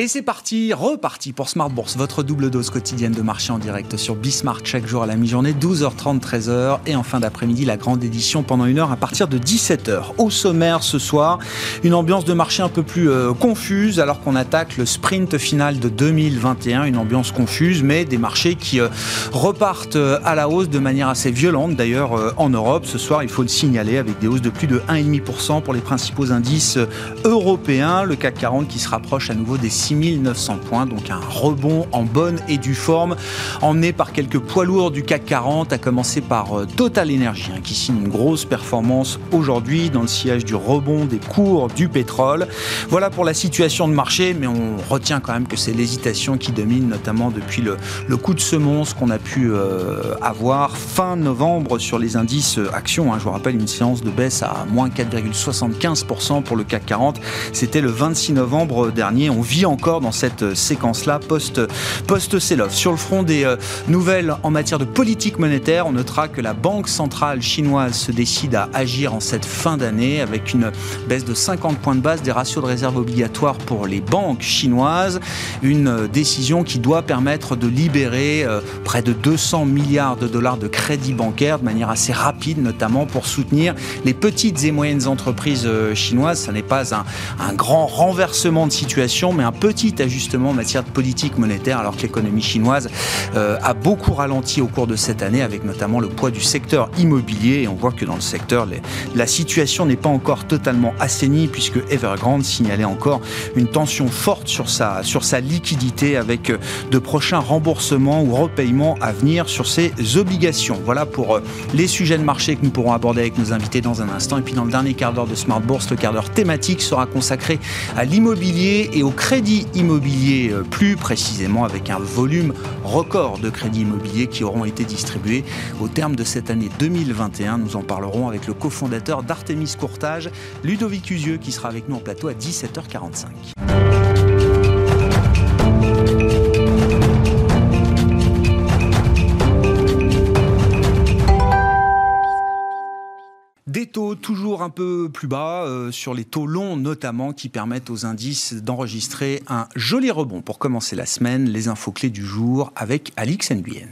Et c'est parti, reparti pour Smart Bourse, votre double dose quotidienne de marché en direct sur Bismart chaque jour à la mi-journée, 12h30, 13h. Et en fin d'après-midi, la grande édition pendant 1 heure à partir de 17h. Au sommaire ce soir, une ambiance de marché un peu plus confuse alors qu'on attaque le sprint final de 2021. Une ambiance confuse, mais des marchés qui repartent à la hausse de manière assez violente d'ailleurs en Europe. Ce soir, il faut le signaler, avec des hausses de plus de 1,5% pour les principaux indices européens. Le CAC 40 qui se rapproche à nouveau des 6900 points, donc un rebond en bonne et due forme, emmené par quelques poids lourds du CAC 40, à commencer par Total Energy, qui signe une grosse performance aujourd'hui dans le sillage du rebond des cours du pétrole. Voilà pour la situation de marché, mais on retient quand même que c'est l'hésitation qui domine, notamment depuis le coup de semonce qu'on a pu avoir fin novembre sur les indices actions. Je vous rappelle, une séance de baisse à moins 4,75% pour le CAC 40. C'était le 26 novembre dernier. On vit encore dans cette séquence-là post-sell-off. Sur le front des nouvelles en matière de politique monétaire, on notera que la Banque centrale chinoise se décide à agir en cette fin d'année avec une baisse de 50 points de base des ratios de réserve obligatoires pour les banques chinoises. Une décision qui doit permettre de libérer près de 200 milliards de dollars de crédits bancaires de manière assez rapide, notamment pour soutenir les petites et moyennes entreprises chinoises. Ça n'est pas un grand renversement de situation, mais un petit ajustement en matière de politique monétaire, alors que l'économie chinoise a beaucoup ralenti au cours de cette année, avec notamment le poids du secteur immobilier. Et on voit que dans le secteur, la situation n'est pas encore totalement assainie, puisque Evergrande signalait encore une tension forte sur sa liquidité, avec de prochains remboursements ou repaiements à venir sur ses obligations. Voilà pour les sujets de marché que nous pourrons aborder avec nos invités dans un instant. Et puis dans le dernier quart d'heure de Smart Bourse, le quart d'heure thématique sera consacré à l'immobilier et au crédit immobilier, plus précisément, avec un volume record de crédits immobiliers qui auront été distribués au terme de cette année 2021. Nous en parlerons avec le cofondateur d'Artemis Courtage, Ludovic Usieux, qui sera avec nous en plateau à 17h45. Des taux toujours un peu plus bas sur les taux longs notamment, qui permettent aux indices d'enregistrer un joli rebond. Pour commencer la semaine, les infos clés du jour avec Alix Nguyen.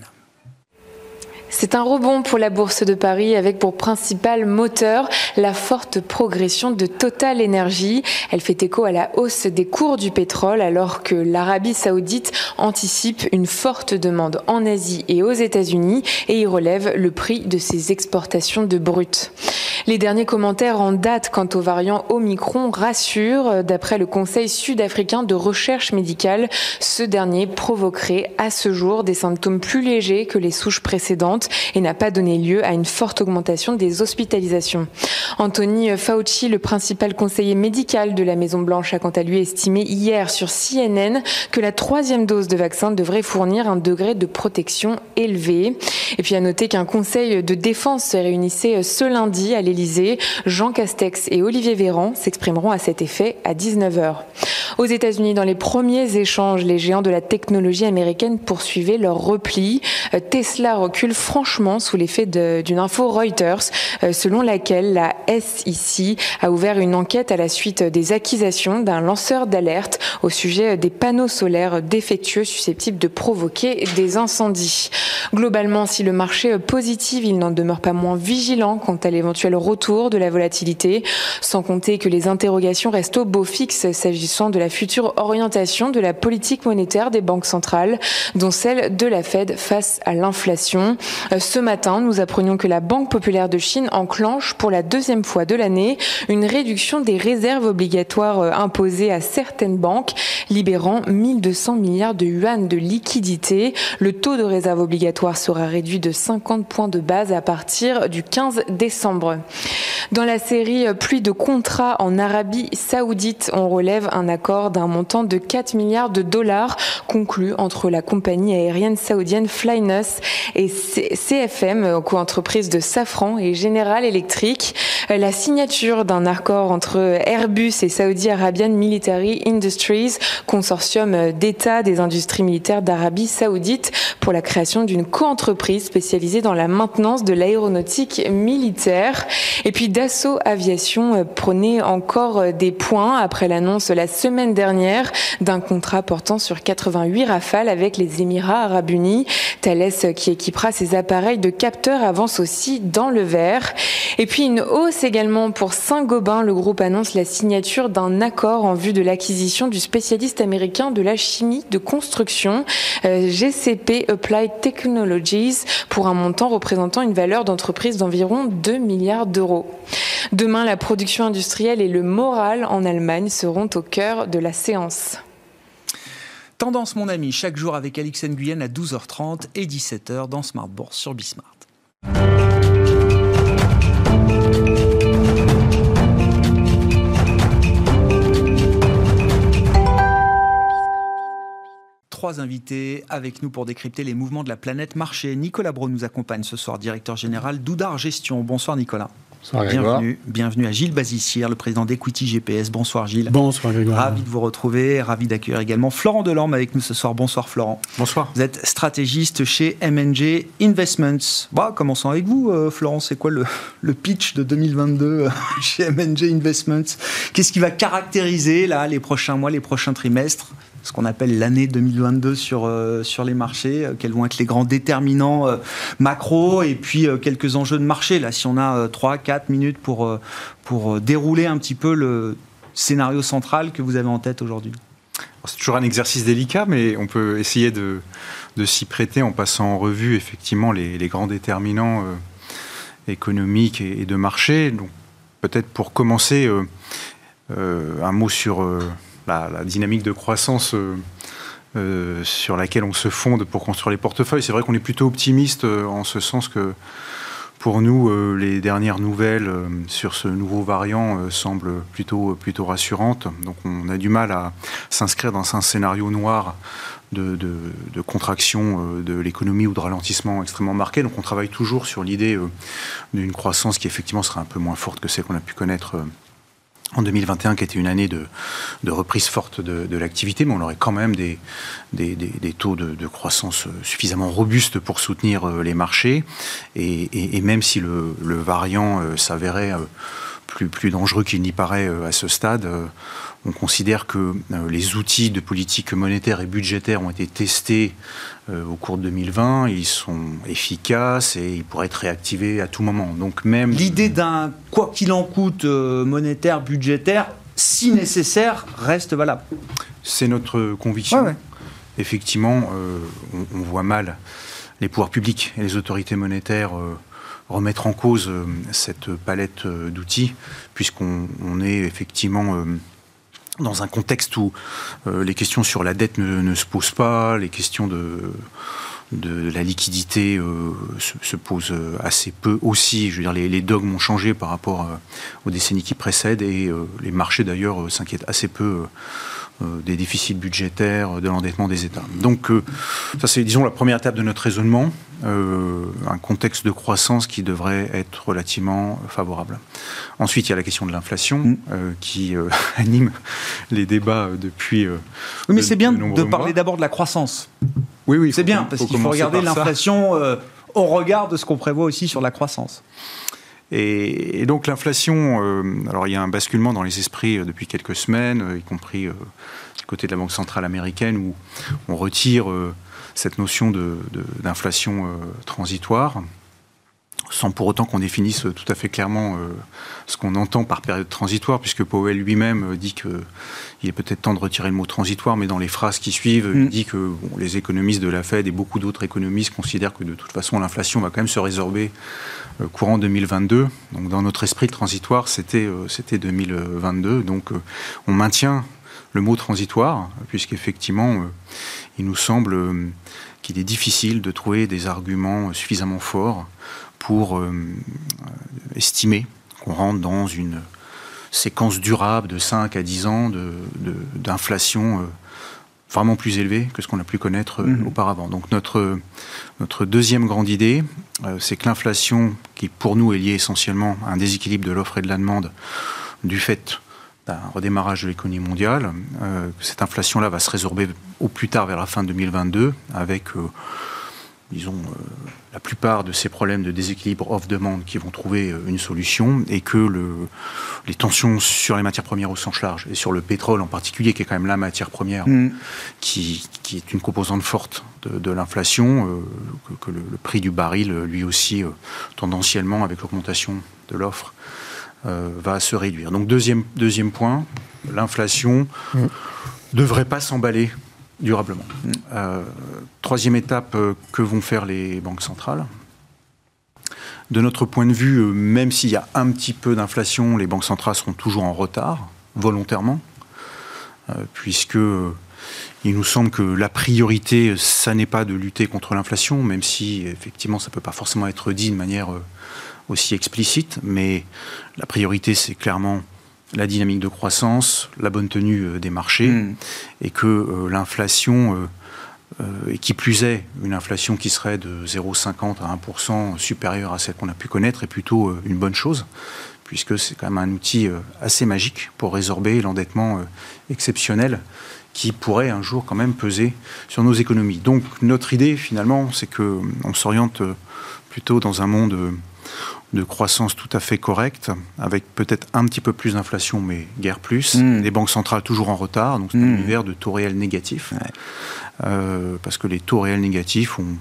C'est un rebond pour la Bourse de Paris, avec pour principal moteur la forte progression de Total Energy. Elle fait écho à la hausse des cours du pétrole, alors que l'Arabie Saoudite anticipe une forte demande en Asie et aux États-Unis et y relève le prix de ses exportations de brut. Les derniers commentaires en date quant au variant Omicron rassurent. D'après le Conseil sud-africain de recherche médicale, ce dernier provoquerait à ce jour des symptômes plus légers que les souches précédentes et n'a pas donné lieu à une forte augmentation des hospitalisations. Anthony Fauci, le principal conseiller médical de la Maison-Blanche, a quant à lui estimé hier sur CNN que la 3e dose de vaccin devrait fournir un degré de protection élevé. Et puis à noter qu'un conseil de défense se réunissait ce lundi à l'Élysée. Jean Castex et Olivier Véran s'exprimeront à cet effet à 19h. Aux États-Unis, dans les premiers échanges, les géants de la technologie américaine poursuivaient leur repli. Tesla recule franchement sous l'effet d'une info Reuters, selon laquelle la SEC a ouvert une enquête à la suite des accusations d'un lanceur d'alerte au sujet des panneaux solaires défectueux susceptibles de provoquer des incendies. Globalement, si le marché est positif, il n'en demeure pas moins vigilant quant à l'éventuel retour de la volatilité, sans compter que les interrogations restent au beau fixe s'agissant de la future orientation de la politique monétaire des banques centrales, dont celle de la Fed face à l'inflation. Ce matin, nous apprenions que la Banque populaire de Chine enclenche pour la 2e fois de l'année une réduction des réserves obligatoires imposées à certaines banques, libérant 1200 milliards de yuan de liquidités. Le taux de réserve obligatoire sera réduit de 50 points de base à partir du 15 décembre. Dans la série pluie de contrats en Arabie Saoudite, on relève un accord d'un montant de 4 milliards de dollars conclu entre la compagnie aérienne saoudienne Flynus et CFM, co-entreprise de Safran et General Electric. La signature d'un accord entre Airbus et Saudi Arabian Military Industries, consortium d'États des industries militaires d'Arabie Saoudite, pour la création d'une co-entreprise spécialisée dans la maintenance de l'aéronautique militaire. Et puis Dassault Aviation prenait encore des points après l'annonce la semaine dernière d'un contrat portant sur 88 Rafales avec les Émirats Arabes Unis. Thales, qui équipera ses appareils de capteurs, avance aussi dans le vert. Et puis une hausse également pour Saint-Gobain. Le groupe annonce la signature d'un accord en vue de l'acquisition du spécialiste américain de la chimie de construction, GCP Applied Technologies, pour un montant représentant une valeur d'entreprise d'environ 2 milliards d'euros. Demain, la production industrielle et le moral en Allemagne seront au cœur de la séance. Tendance, mon ami, chaque jour avec Alix Nguyen à 12h30 et 17h dans Smart Bourse sur Bismart. Trois invités avec nous pour décrypter les mouvements de la planète marché. Nicolas Brault nous accompagne ce soir, directeur général d'Oudart Gestion. Bonsoir Nicolas. Bonsoir Grégoire. Bienvenue à Gilles Bazissière, le président d'Equity GPS. Bonsoir Gilles. Bonsoir Grégoire. Ravi de vous retrouver, ravi d'accueillir également Florent Delorme avec nous ce soir. Bonsoir Florent. Bonsoir. Vous êtes stratégiste chez M&G Investments. Commençons avec vous Florent, c'est quoi le pitch de 2022 chez M&G Investments? Qu'est-ce qui va caractériser là, les prochains mois, les prochains trimestres, ce qu'on appelle l'année 2022 sur les marchés? Quels vont être les grands déterminants macro et puis quelques enjeux de marché là, si on a 3-4 minutes pour dérouler un petit peu le scénario central que vous avez en tête aujourd'hui. C'est toujours un exercice délicat, mais on peut essayer de s'y prêter en passant en revue effectivement les grands déterminants économiques et de marché. Donc, peut-être pour commencer, un mot sur la dynamique de croissance sur laquelle on se fonde pour construire les portefeuilles. C'est vrai qu'on est plutôt optimiste en ce sens que pour nous, les dernières nouvelles sur ce nouveau variant semblent plutôt rassurantes. Donc on a du mal à s'inscrire dans un scénario noir de contraction de l'économie ou de ralentissement extrêmement marqué. Donc on travaille toujours sur l'idée d'une croissance qui effectivement sera un peu moins forte que celle qu'on a pu connaître en 2021, qui était une année de reprise forte de l'activité, mais on aurait quand même des taux de croissance suffisamment robustes pour soutenir les marchés. Et même si le variant s'avérait plus dangereux qu'il n'y paraît à ce stade, on considère que les outils de politique monétaire et budgétaire ont été testés au cours de 2020, ils sont efficaces et ils pourraient être réactivés à tout moment. Donc même l'idée d'un quoi qu'il en coûte monétaire, budgétaire, si nécessaire, reste valable. C'est notre conviction. Ouais. Effectivement, on voit mal les pouvoirs publics et les autorités monétaires remettre en cause cette palette d'outils, puisqu'on est effectivement dans un contexte où les questions sur la dette ne se posent pas, les questions de la liquidité se posent assez peu aussi. Je veux dire, les dogmes ont changé par rapport aux décennies qui précèdent et les marchés d'ailleurs s'inquiètent assez peu des déficits budgétaires, de l'endettement des États. Donc ça c'est, disons, la première étape de notre raisonnement, un contexte de croissance qui devrait être relativement favorable. Ensuite, il y a la question de l'inflation qui anime les débats depuis oui, mais c'est bien de parler d'abord de la croissance. Oui, c'est bien, parce qu'il faut regarder l'inflation au regard de ce qu'on prévoit aussi sur la croissance. Et donc l'inflation, alors il y a un basculement dans les esprits depuis quelques semaines, y compris du côté de la Banque centrale américaine, où on retire cette notion d'inflation transitoire, sans pour autant qu'on définisse tout à fait clairement ce qu'on entend par période transitoire, puisque Powell lui-même dit qu'il est peut-être temps de retirer le mot transitoire, mais dans les phrases qui suivent, il dit que les économistes de la Fed et beaucoup d'autres économistes considèrent que de toute façon l'inflation va quand même se résorber courant 2022. Donc dans notre esprit, le transitoire, c'était 2022. Donc on maintient le mot transitoire, puisqu'effectivement, il nous semble qu'il est difficile de trouver des arguments suffisamment forts pour estimer qu'on rentre dans une séquence durable de 5 à 10 ans d'inflation vraiment plus élevée que ce qu'on a pu connaître auparavant. Donc notre deuxième grande idée, c'est que l'inflation, qui pour nous est liée essentiellement à un déséquilibre de l'offre et de la demande du fait d'un redémarrage de l'économie mondiale, cette inflation-là va se résorber au plus tard vers la fin de 2022 avec disons, la plupart de ces problèmes de déséquilibre off-demande qui vont trouver une solution et que les tensions sur les matières premières au sens large et sur le pétrole en particulier, qui est quand même la matière première, qui est une composante forte de l'inflation, que le prix du baril, lui aussi, tendanciellement, avec l'augmentation de l'offre, va se réduire. Donc deuxième point, l'inflation ne devrait pas s'emballer durablement. Troisième étape, que vont faire les banques centrales ? De notre point de vue, même s'il y a un petit peu d'inflation, les banques centrales seront toujours en retard, volontairement, puisque il nous semble que la priorité, ça n'est pas de lutter contre l'inflation, même si, effectivement, ça ne peut pas forcément être dit de manière aussi explicite, mais la priorité, c'est clairement la dynamique de croissance, la bonne tenue des marchés, et que l'inflation, et qui plus est, une inflation qui serait de 0,50 à 1% supérieure à celle qu'on a pu connaître, est plutôt une bonne chose, puisque c'est quand même un outil assez magique pour résorber l'endettement exceptionnel qui pourrait un jour quand même peser sur nos économies. Donc notre idée, finalement, c'est qu'on s'oriente plutôt dans un monde de croissance tout à fait correcte, avec peut-être un petit peu plus d'inflation, mais guère plus. Des banques centrales toujours en retard, donc c'est un univers de taux réels négatifs. Parce que les taux réels négatifs ont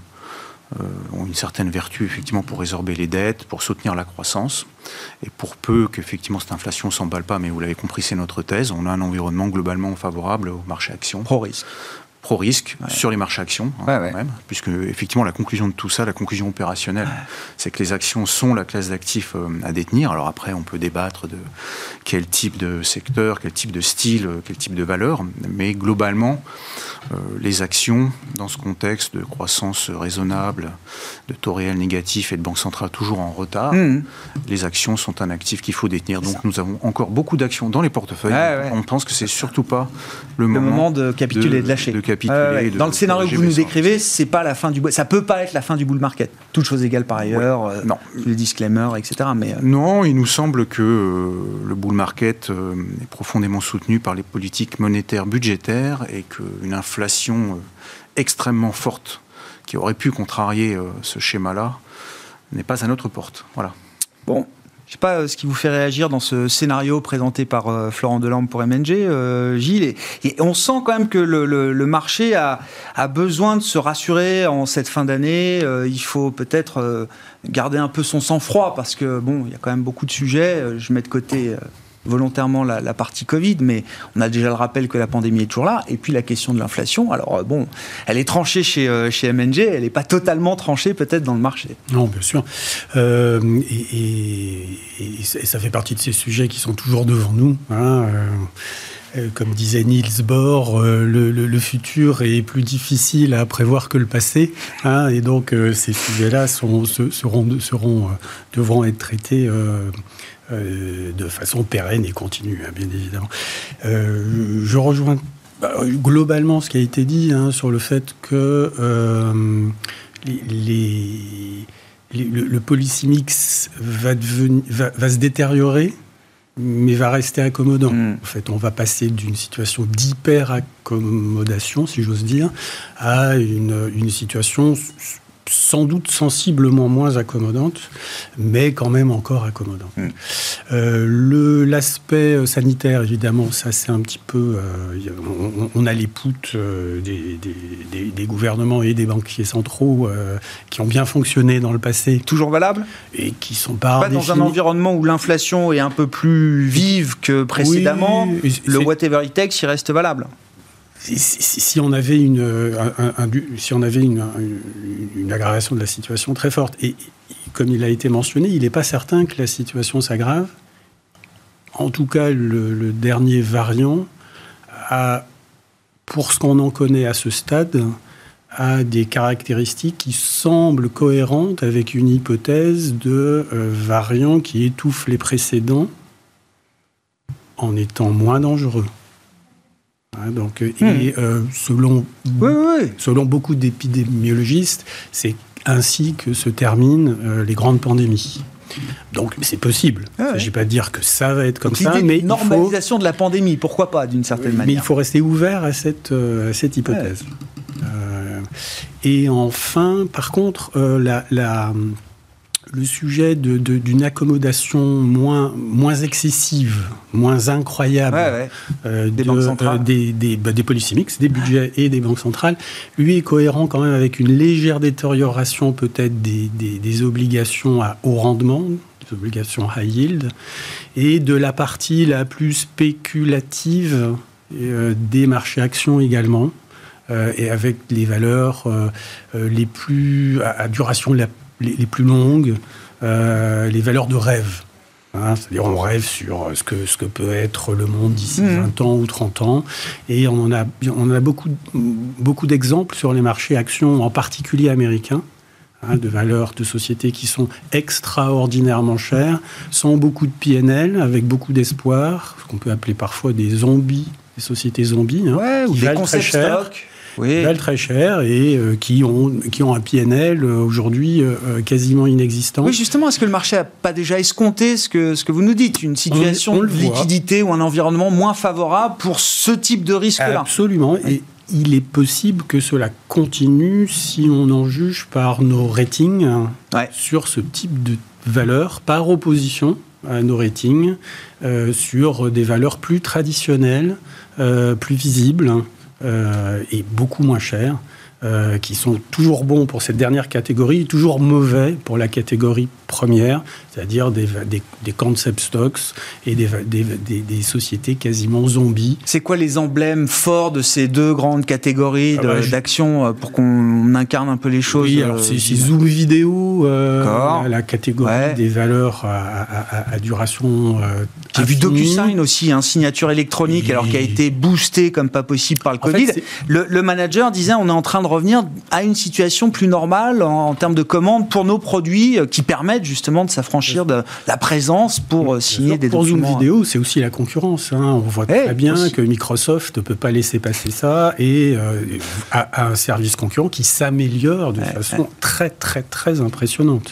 une certaine vertu, effectivement, pour résorber les dettes, pour soutenir la croissance. Et pour peu qu'effectivement cette inflation ne s'emballe pas, mais vous l'avez compris, c'est notre thèse, on a un environnement globalement favorable au marché actions. Pro-risque sur les marchés actions, quand même, puisque effectivement la conclusion de tout ça, la conclusion opérationnelle, c'est que les actions sont la classe d'actifs à détenir. Alors après, on peut débattre de quel type de secteur, quel type de style, quel type de valeur, mais globalement, les actions, dans ce contexte de croissance raisonnable, de taux réels négatifs et de banque centrale toujours en retard, les actions sont un actif qu'il faut détenir. Donc nous avons encore beaucoup d'actions dans les portefeuilles. On pense que c'est surtout pas le moment de capituler, de lâcher. Dans le scénario que vous nous décrivez, c'est pas la fin du ça peut pas être la fin du bull market. Toutes choses égales par ailleurs, non, les disclaimers, etc. Mais non, il nous semble que le bull market est profondément soutenu par les politiques monétaires budgétaires et qu'une inflation extrêmement forte qui aurait pu contrarier ce schéma-là n'est pas à notre porte. Voilà. Bon. Je ne sais pas ce qui vous fait réagir dans ce scénario présenté par Florent Delorme pour M&G, Gilles. Et on sent quand même que le marché a besoin de se rassurer en cette fin d'année. Il faut peut-être garder un peu son sang-froid parce que bon, il y a quand même beaucoup de sujets. Je mets de côté volontairement la partie Covid, mais on a déjà le rappel que la pandémie est toujours là. Et puis la question de l'inflation, alors bon, elle est tranchée chez M&G, elle n'est pas totalement tranchée peut-être dans le marché. Non, bien sûr. Et ça fait partie de ces sujets qui sont toujours devant nous. Comme disait Niels Bohr, le futur est plus difficile à prévoir que le passé. Et donc ces sujets-là devront être traités de façon pérenne et continue, bien évidemment. Je rejoins globalement ce qui a été dit sur le fait que le policy mix va se détériorer, mais va rester accommodant. En fait, on va passer d'une situation d'hyper-accommodation, si j'ose dire, à une situation sans doute sensiblement moins accommodante, mais quand même encore accommodante. L'aspect sanitaire, évidemment, ça c'est un petit peu... on a les poutres des gouvernements et des banquiers centraux qui ont bien fonctionné dans le passé. Toujours valable ? Et qui sont pas dans un environnement où l'inflation est un peu plus vive que précédemment, le whatever it takes, il reste valable. Si on avait une aggravation de la situation très forte, et comme il a été mentionné, il n'est pas certain que la situation s'aggrave. En tout cas, le dernier variant pour ce qu'on en connaît à ce stade, a des caractéristiques qui semblent cohérentes avec une hypothèse de variant qui étouffe les précédents en étant moins dangereux. Donc, selon beaucoup d'épidémiologistes, c'est ainsi que se terminent les grandes pandémies. Donc c'est possible. Il ne s'agit pas de dire que ça va être comme ça, mais normalisation de la pandémie, pourquoi pas d'une certaine manière. Mais il faut rester ouvert à cette hypothèse. Et enfin, par contre, le sujet d'une accommodation moins excessive, moins incroyable des banques centrales, des policy mix, des budgets et des banques centrales, lui est cohérent quand même avec une légère détérioration peut-être des obligations à haut rendement, des obligations high yield, et de la partie la plus spéculative des marchés actions également, et avec les valeurs les plus à duration les plus longues, les valeurs de rêve. C'est-à-dire on rêve sur ce que peut être le monde d'ici 20 ans ou 30 ans. Et on a beaucoup d'exemples sur les marchés actions, en particulier américains, de valeurs de sociétés qui sont extraordinairement chères, sans beaucoup de PNL, avec beaucoup d'espoir, ce qu'on peut appeler parfois des zombies, des sociétés zombies, ou des concept stocks. Qui valent très cher et qui ont un PNL aujourd'hui quasiment inexistant. Oui, justement, est-ce que le marché n'a pas déjà escompté ce que vous nous dites, une situation de liquidité ou un environnement moins favorable pour ce type de risque-là? Absolument. Et il est possible que cela continue si on en juge par nos ratings sur ce type de valeurs, par opposition à nos ratings sur des valeurs plus traditionnelles, plus visibles, et beaucoup moins chers, qui sont toujours bons pour cette dernière catégorie, toujours mauvais pour la catégorie première, c'est-à-dire des concept stocks et des sociétés quasiment zombies. C'est quoi les emblèmes forts de ces deux grandes catégories d'actions pour qu'on incarne un peu les choses? Oui, alors c'est Zoom Vidéo, la catégorie des valeurs à duration J'ai vu DocuSign aussi, signature électronique, alors qui a été boosté comme pas possible par le Covid. Fait, le manager disait on est en train de revenir à une situation plus normale en termes de commandes pour nos produits qui permettent justement de s'affranchir de la présence pour signer des documents. Pour Zoom Vidéo, c'est aussi la concurrence. On voit très bien que Microsoft ne peut pas laisser passer ça et a un service concurrent qui s'améliore de façon très, très, très impressionnante.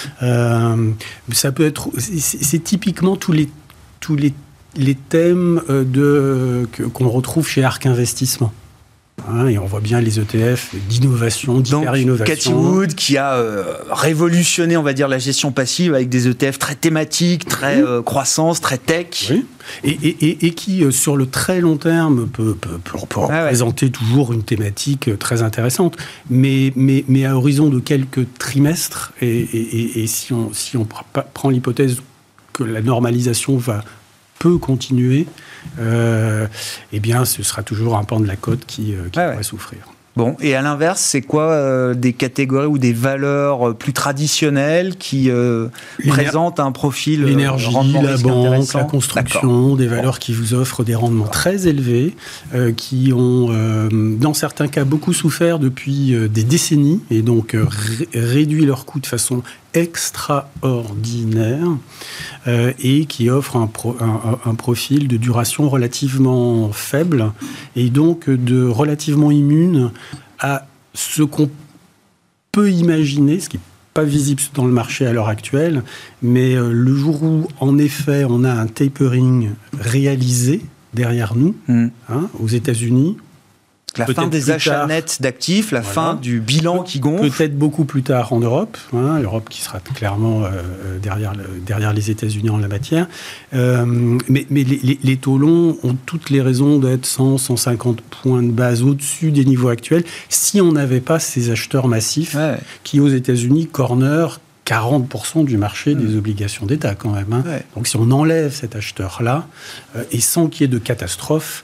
Ça peut être... C'est typiquement tous les thèmes qu'on retrouve chez Ark Investissement. Et on voit bien les ETF d'innovation, d'hyper-innovation. Cathie Wood qui a révolutionné, on va dire, la gestion passive avec des ETF très thématiques, très croissance, très tech. Oui. Et qui, sur le très long terme, peut représenter toujours une thématique très intéressante. Mais à horizon de quelques trimestres, et si on prend l'hypothèse que la normalisation peut continuer, eh bien, ce sera toujours un pan de la côte qui pourrait souffrir. Bon, et à l'inverse, c'est quoi des catégories ou des valeurs plus traditionnelles qui présentent un profil l'énergie, la banque, la construction, des valeurs qui vous offrent des rendements très élevés, qui ont, dans certains cas, beaucoup souffert depuis des décennies, et donc réduit leurs coûts de façon extraordinaire, et qui offrent un profil de duration relativement faible, et donc de relativement immune à ce qu'on peut imaginer, ce qui n'est pas visible dans le marché à l'heure actuelle, mais le jour où, en effet, on a un tapering réalisé derrière nous, aux États-Unis, la fin des achats nets d'actifs, la fin du bilan qui gonfle. Peut-être beaucoup plus tard en Europe, l'Europe qui sera clairement derrière les États-Unis en la matière. Mais les taux longs ont toutes les raisons d'être 100-150 points de base au-dessus des niveaux actuels si on n'avait pas ces acheteurs massifs qui, aux États-Unis, corner 40% du marché des obligations d'État quand même. Donc si on enlève cet acheteur-là, et sans qu'il y ait de catastrophe,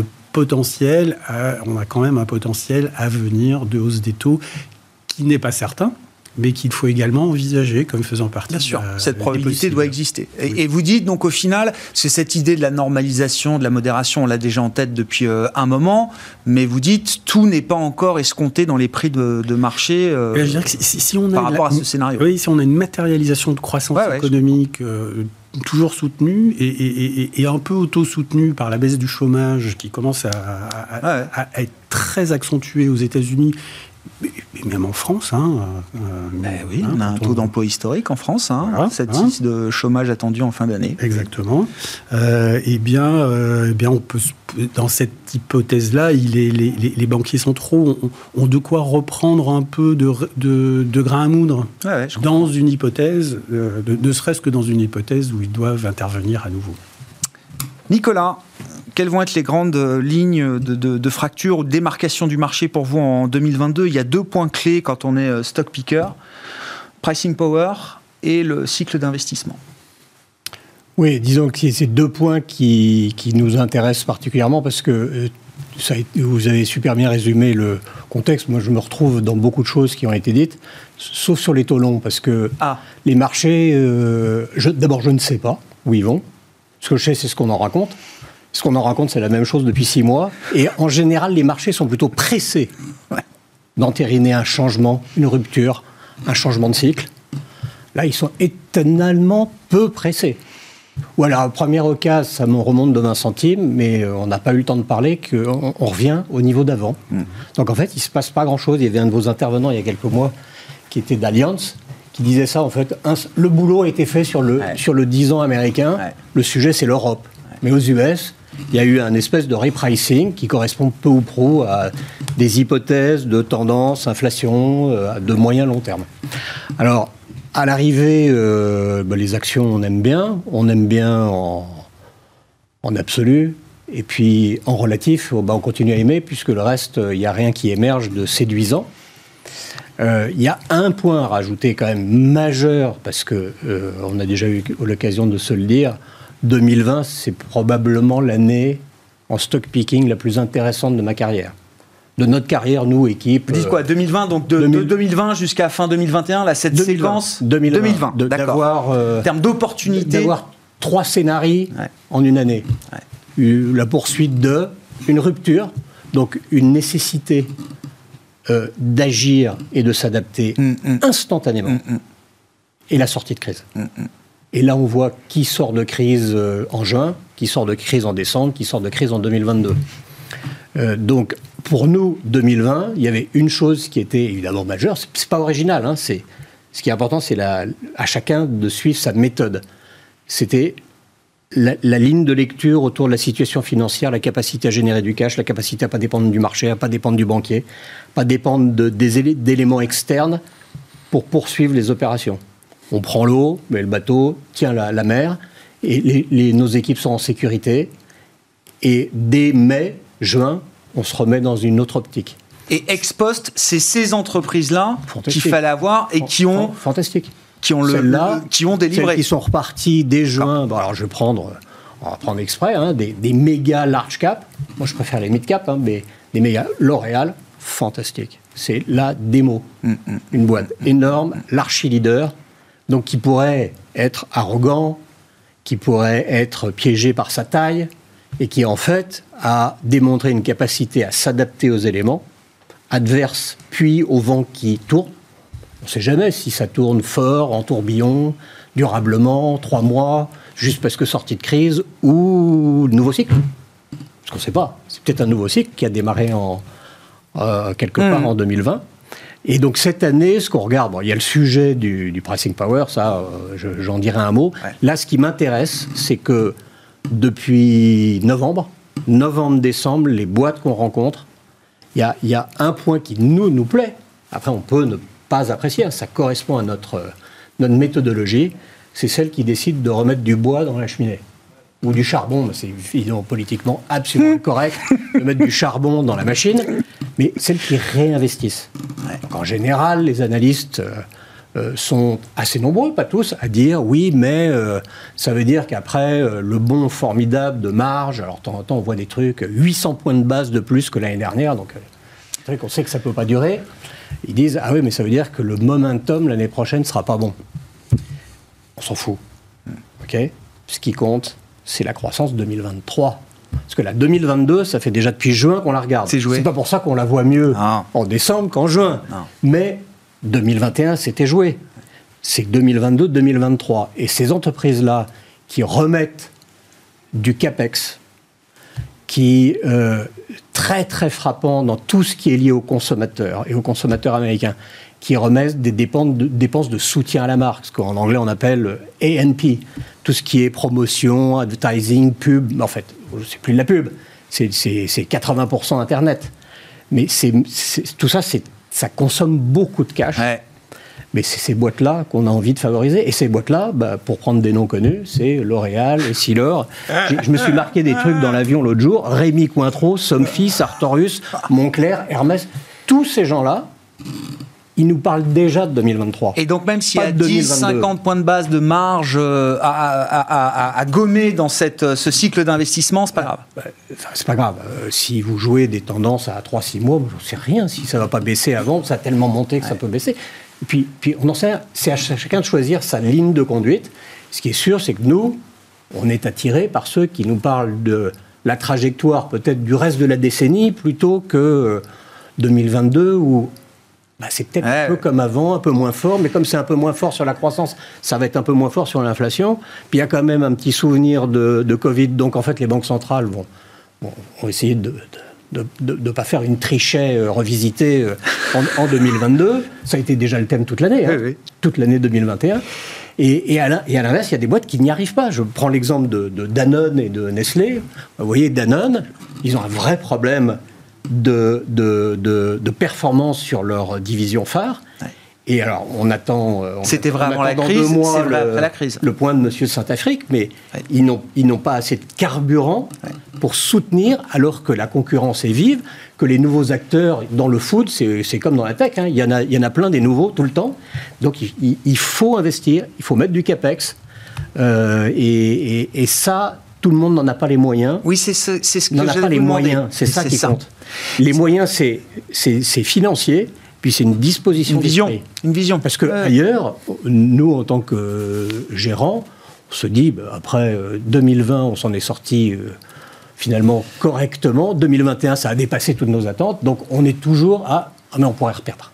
on a quand même un potentiel à venir de hausse des taux qui n'est pas certain, mais qu'il faut également envisager comme faisant partie. Bien sûr, cette probabilité doit exister. Et vous dites donc au final, c'est cette idée de la normalisation, de la modération, on l'a déjà en tête depuis un moment, mais vous dites tout n'est pas encore escompté dans les prix de marché je dirais que si on par rapport à ce scénario. Oui, si on a une matérialisation de croissance économique toujours soutenue et un peu auto-soutenue par la baisse du chômage qui commence à être très accentuée aux États-Unis, Mais même en France, oui, on a un taux d'emploi historique en France, voilà, 7,6 de chômage attendu en fin d'année. Exactement. Eh bien, on peut, dans cette hypothèse-là, les banquiers centraux ont de quoi reprendre un peu de grain à moudre dans une hypothèse, ne serait-ce que dans une hypothèse où ils doivent intervenir à nouveau. Nicolas, quelles vont être les grandes lignes de fracture ou de démarcation du marché pour vous en 2022 ? Il y a 2 points clés quand on est stock picker, pricing power et le cycle d'investissement. Oui, disons que c'est 2 points qui nous intéressent particulièrement parce que vous avez super bien résumé le contexte. Moi, je me retrouve dans beaucoup de choses qui ont été dites, sauf sur les taux longs, parce que les marchés, d'abord, je ne sais pas où ils vont. Ce que je sais, c'est ce qu'on en raconte. Ce qu'on en raconte, c'est la même chose depuis 6 mois. Et en général, les marchés sont plutôt pressés d'entériner un changement, une rupture, un changement de cycle. Là, ils sont étonnamment peu pressés. Voilà, première occasion, ça me remonte de 20 centimes, mais on n'a pas eu le temps de parler qu'on revient au niveau d'avant. Donc en fait, il ne se passe pas grand-chose. Il y avait un de vos intervenants il y a quelques mois qui était d'Allianz, qui disait ça, en fait, le boulot a été fait sur le 10 ans américain, le sujet c'est l'Europe. Mais aux US, il y a eu un espèce de repricing qui correspond peu ou prou à des hypothèses de tendance, inflation, de moyen long terme. Alors, à l'arrivée, les actions, on aime bien en absolu, et puis en relatif, on continue à aimer, puisque le reste, il n'y a rien qui émerge de séduisant. Il y a un point à rajouter quand même majeur, parce que on a déjà eu l'occasion de se le dire, 2020, c'est probablement l'année en stock picking la plus intéressante de ma carrière. De notre carrière, nous, équipe. Vous dites quoi, 2020, donc de 2020 jusqu'à fin 2021, là, cette 2020, séquence 2020 d'avoir, en termes d'opportunités. D'avoir 3 scénarios en une année. La poursuite une rupture, donc une nécessité d'agir et de s'adapter instantanément. Et la sortie de crise. Et là, on voit qui sort de crise en juin, qui sort de crise en décembre, qui sort de crise en 2022. Donc, pour nous, 2020, il y avait une chose qui était évidemment majeure. C'est pas original. Ce qui est important, c'est à chacun de suivre sa méthode. C'était la ligne de lecture autour de la situation financière, la capacité à générer du cash, la capacité à ne pas dépendre du marché, à ne pas dépendre du banquier, pas dépendre d'éléments externes pour poursuivre les opérations. On prend l'eau, mais le bateau tient la mer, et nos équipes sont en sécurité. Et dès mai, juin, on se remet dans une autre optique. Et ex post, c'est ces entreprises-là qu'il fallait avoir et qui ont... Fantastique. Qui ont délivré. Celles qui sont reparties dès juin. Bon, alors on va prendre exprès, des méga large cap. Moi, je préfère les mid cap, mais des méga L'Oréal, fantastique. C'est la démo. Une boîte énorme, l'archi-leader, donc qui pourrait être arrogant, qui pourrait être piégé par sa taille, et qui, en fait, a démontré une capacité à s'adapter aux éléments adverses, puis au vent qui tourne. On ne sait jamais si ça tourne fort, en tourbillon, durablement, 3 mois, juste parce que sortie de crise, ou nouveau cycle. Parce qu'on ne sait pas. C'est peut-être un nouveau cycle qui a démarré quelque part en 2020. Et donc cette année, ce qu'on regarde, il y a le sujet du pricing power, ça, j'en dirai un mot. Là, ce qui m'intéresse, c'est que depuis novembre-décembre, les boîtes qu'on rencontre, il y a un point qui nous plaît. Après, on peut ne pas apprécier, ça correspond à notre méthodologie, c'est celle qui décide de remettre du bois dans la cheminée. Ou du charbon, c'est évidemment politiquement absolument correct de mettre du charbon dans la machine, mais celles qui réinvestissent. Donc, en général, les analystes sont assez nombreux, pas tous, à dire oui, mais ça veut dire qu'après le bond formidable de marge, alors de temps en temps on voit des trucs, 800 points de base de plus que l'année dernière, donc c'est vrai qu'on sait que ça ne peut pas durer. Ils disent ah oui, mais ça veut dire que le momentum l'année prochaine ne sera pas bon. On s'en fout. Okay, ce qui compte, c'est la croissance 2023. Parce que la 2022, ça fait déjà depuis juin qu'on la regarde. C'est pas pour ça qu'on la voit mieux en décembre qu'en juin. Non. Mais 2021, c'était joué. C'est 2022-2023. Et ces entreprises-là qui remettent du CAPEX, qui très très frappant dans tout ce qui est lié aux consommateurs et aux consommateurs américains, qui remettent des dépenses de soutien à la marque, ce qu'en anglais on appelle A&P, tout ce qui est promotion, advertising, pub. En fait, c'est plus de la pub, c'est 80% Internet. Mais tout ça, ça consomme beaucoup de cash. Ouais. Mais c'est ces boîtes-là qu'on a envie de favoriser. Et ces boîtes-là, pour prendre des noms connus, c'est L'Oréal, Essilor. Je me suis marqué des trucs dans l'avion l'autre jour. Rémy Cointreau, Somfy, Sartorius, Moncler, Hermès. Tous ces gens-là, ils nous parlent déjà de 2023. Et donc même s'il y a 10-50 points de base de marge à gommer dans ce cycle d'investissement, c'est pas grave. C'est pas grave. Si vous jouez des tendances à 3-6 mois, je ne sais rien. Si ça ne va pas baisser avant, ça a tellement monté que ça peut baisser. Et puis on en sait rien. C'est à chacun de choisir sa ligne de conduite. Ce qui est sûr, c'est que nous, on est attirés par ceux qui nous parlent de la trajectoire peut-être du reste de la décennie plutôt que 2022 où c'est peut-être un peu comme avant, un peu moins fort, mais comme c'est un peu moins fort sur la croissance, ça va être un peu moins fort sur l'inflation. Puis il y a quand même un petit souvenir de Covid, donc en fait les banques centrales vont essayer de ne pas faire une Trichet revisitée en 2022. Ça a été déjà le thème toute l'année, toute l'année 2021. Et à l'inverse, il y a des boîtes qui n'y arrivent pas. Je prends l'exemple de Danone et de Nestlé. Vous voyez, Danone, ils ont un vrai problème de performance sur leur division phare. Ouais. Et alors, on attend... C'était vraiment la crise, c'est vrai après la crise. Le point de M. Saint-Afrique, mais ils n'ont pas assez de carburant pour soutenir, alors que la concurrence est vive, que les nouveaux acteurs dans le food, c'est comme dans la tech, il y en a plein des nouveaux tout le temps. Donc, il faut investir, il faut mettre du capex. Et ça... Tout le monde n'en a pas les moyens. Oui, c'est ce que n'en a pas les moyens. C'est ça qui compte. Les moyens, c'est financier, puis c'est une disposition d'esprit. Une vision. Parce que ailleurs, nous, en tant que gérants, on se dit, après 2020, on s'en est sorti finalement correctement. 2021, ça a dépassé toutes nos attentes. Donc, on est toujours mais on pourrait reperdre.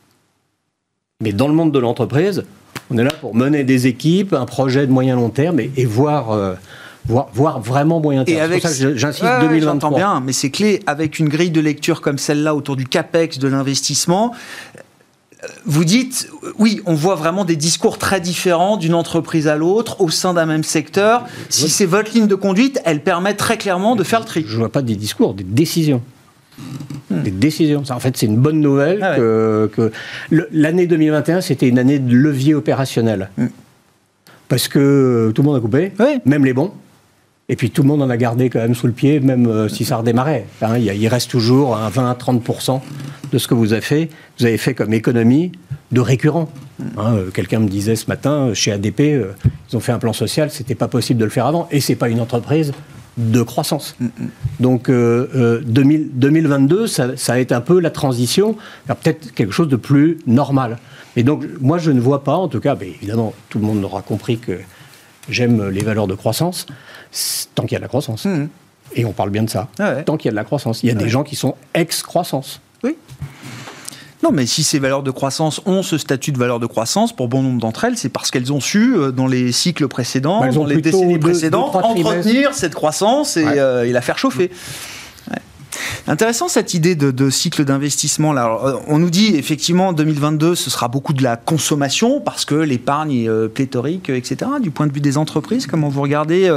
Mais dans le monde de l'entreprise, on est là pour mener des équipes, un projet de moyen long terme et voir vraiment moyen terme. C'est pour ça que j'insiste 2023. J'entends bien, mais c'est clé, avec une grille de lecture comme celle-là autour du CAPEX, de l'investissement, vous dites, oui, on voit vraiment des discours très différents d'une entreprise à l'autre, au sein d'un même secteur. Si c'est votre ligne de conduite, elle permet très clairement de faire le tri. Je ne vois pas des discours, des décisions. Des décisions. En fait, c'est une bonne nouvelle que l'année 2021, c'était une année de levier opérationnel. Parce que tout le monde a coupé, même les bons. Et puis tout le monde en a gardé quand même sous le pied, même si ça redémarrait. Il reste toujours un 20-30% de ce que vous avez fait. Vous avez fait comme économie de récurrent. Quelqu'un me disait ce matin, chez ADP, ils ont fait un plan social, c'était pas possible de le faire avant. Et c'est pas une entreprise de croissance. Donc 2022, ça a été un peu la transition vers peut-être quelque chose de plus normal. Et donc, moi, je ne vois pas, en tout cas, évidemment, tout le monde aura compris que j'aime les valeurs de croissance, tant qu'il y a de la croissance. Et on parle bien de ça. Tant qu'il y a de la croissance. Il y a des gens qui sont ex-croissance. Oui. Non, mais si ces valeurs de croissance ont ce statut de valeurs de croissance, pour bon nombre d'entre elles, c'est parce qu'elles ont su, dans les cycles précédents, dans les décennies précédentes, entretenir cette croissance et la faire chauffer. Intéressant cette idée de cycle d'investissement là. Alors, on nous dit effectivement 2022 ce sera beaucoup de la consommation parce que l'épargne est pléthorique, etc. Du point de vue des entreprises, comment vous regardez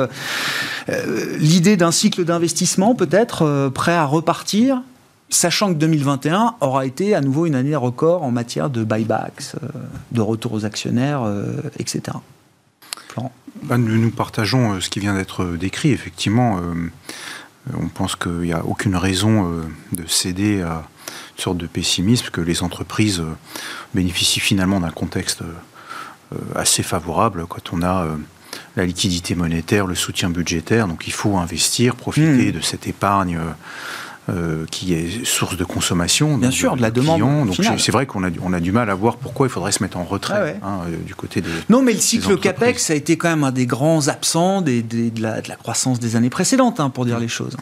l'idée d'un cycle d'investissement peut-être prêt à repartir, sachant que 2021 aura été à nouveau une année record en matière de buybacks, de retour aux actionnaires, etc. Florent. Nous partageons ce qui vient d'être décrit effectivement. On pense qu'il n'y a aucune raison de céder à une sorte de pessimisme, que les entreprises bénéficient finalement d'un contexte assez favorable quand on a la liquidité monétaire, le soutien budgétaire. Donc il faut investir, profiter de cette épargne qui est source de consommation. Bien sûr, de la demande. Donc c'est vrai qu'on a du mal à voir pourquoi il faudrait se mettre en retrait du côté des Non, mais le cycle CAPEX a été quand même un des grands absents de la croissance des années précédentes, pour dire les choses.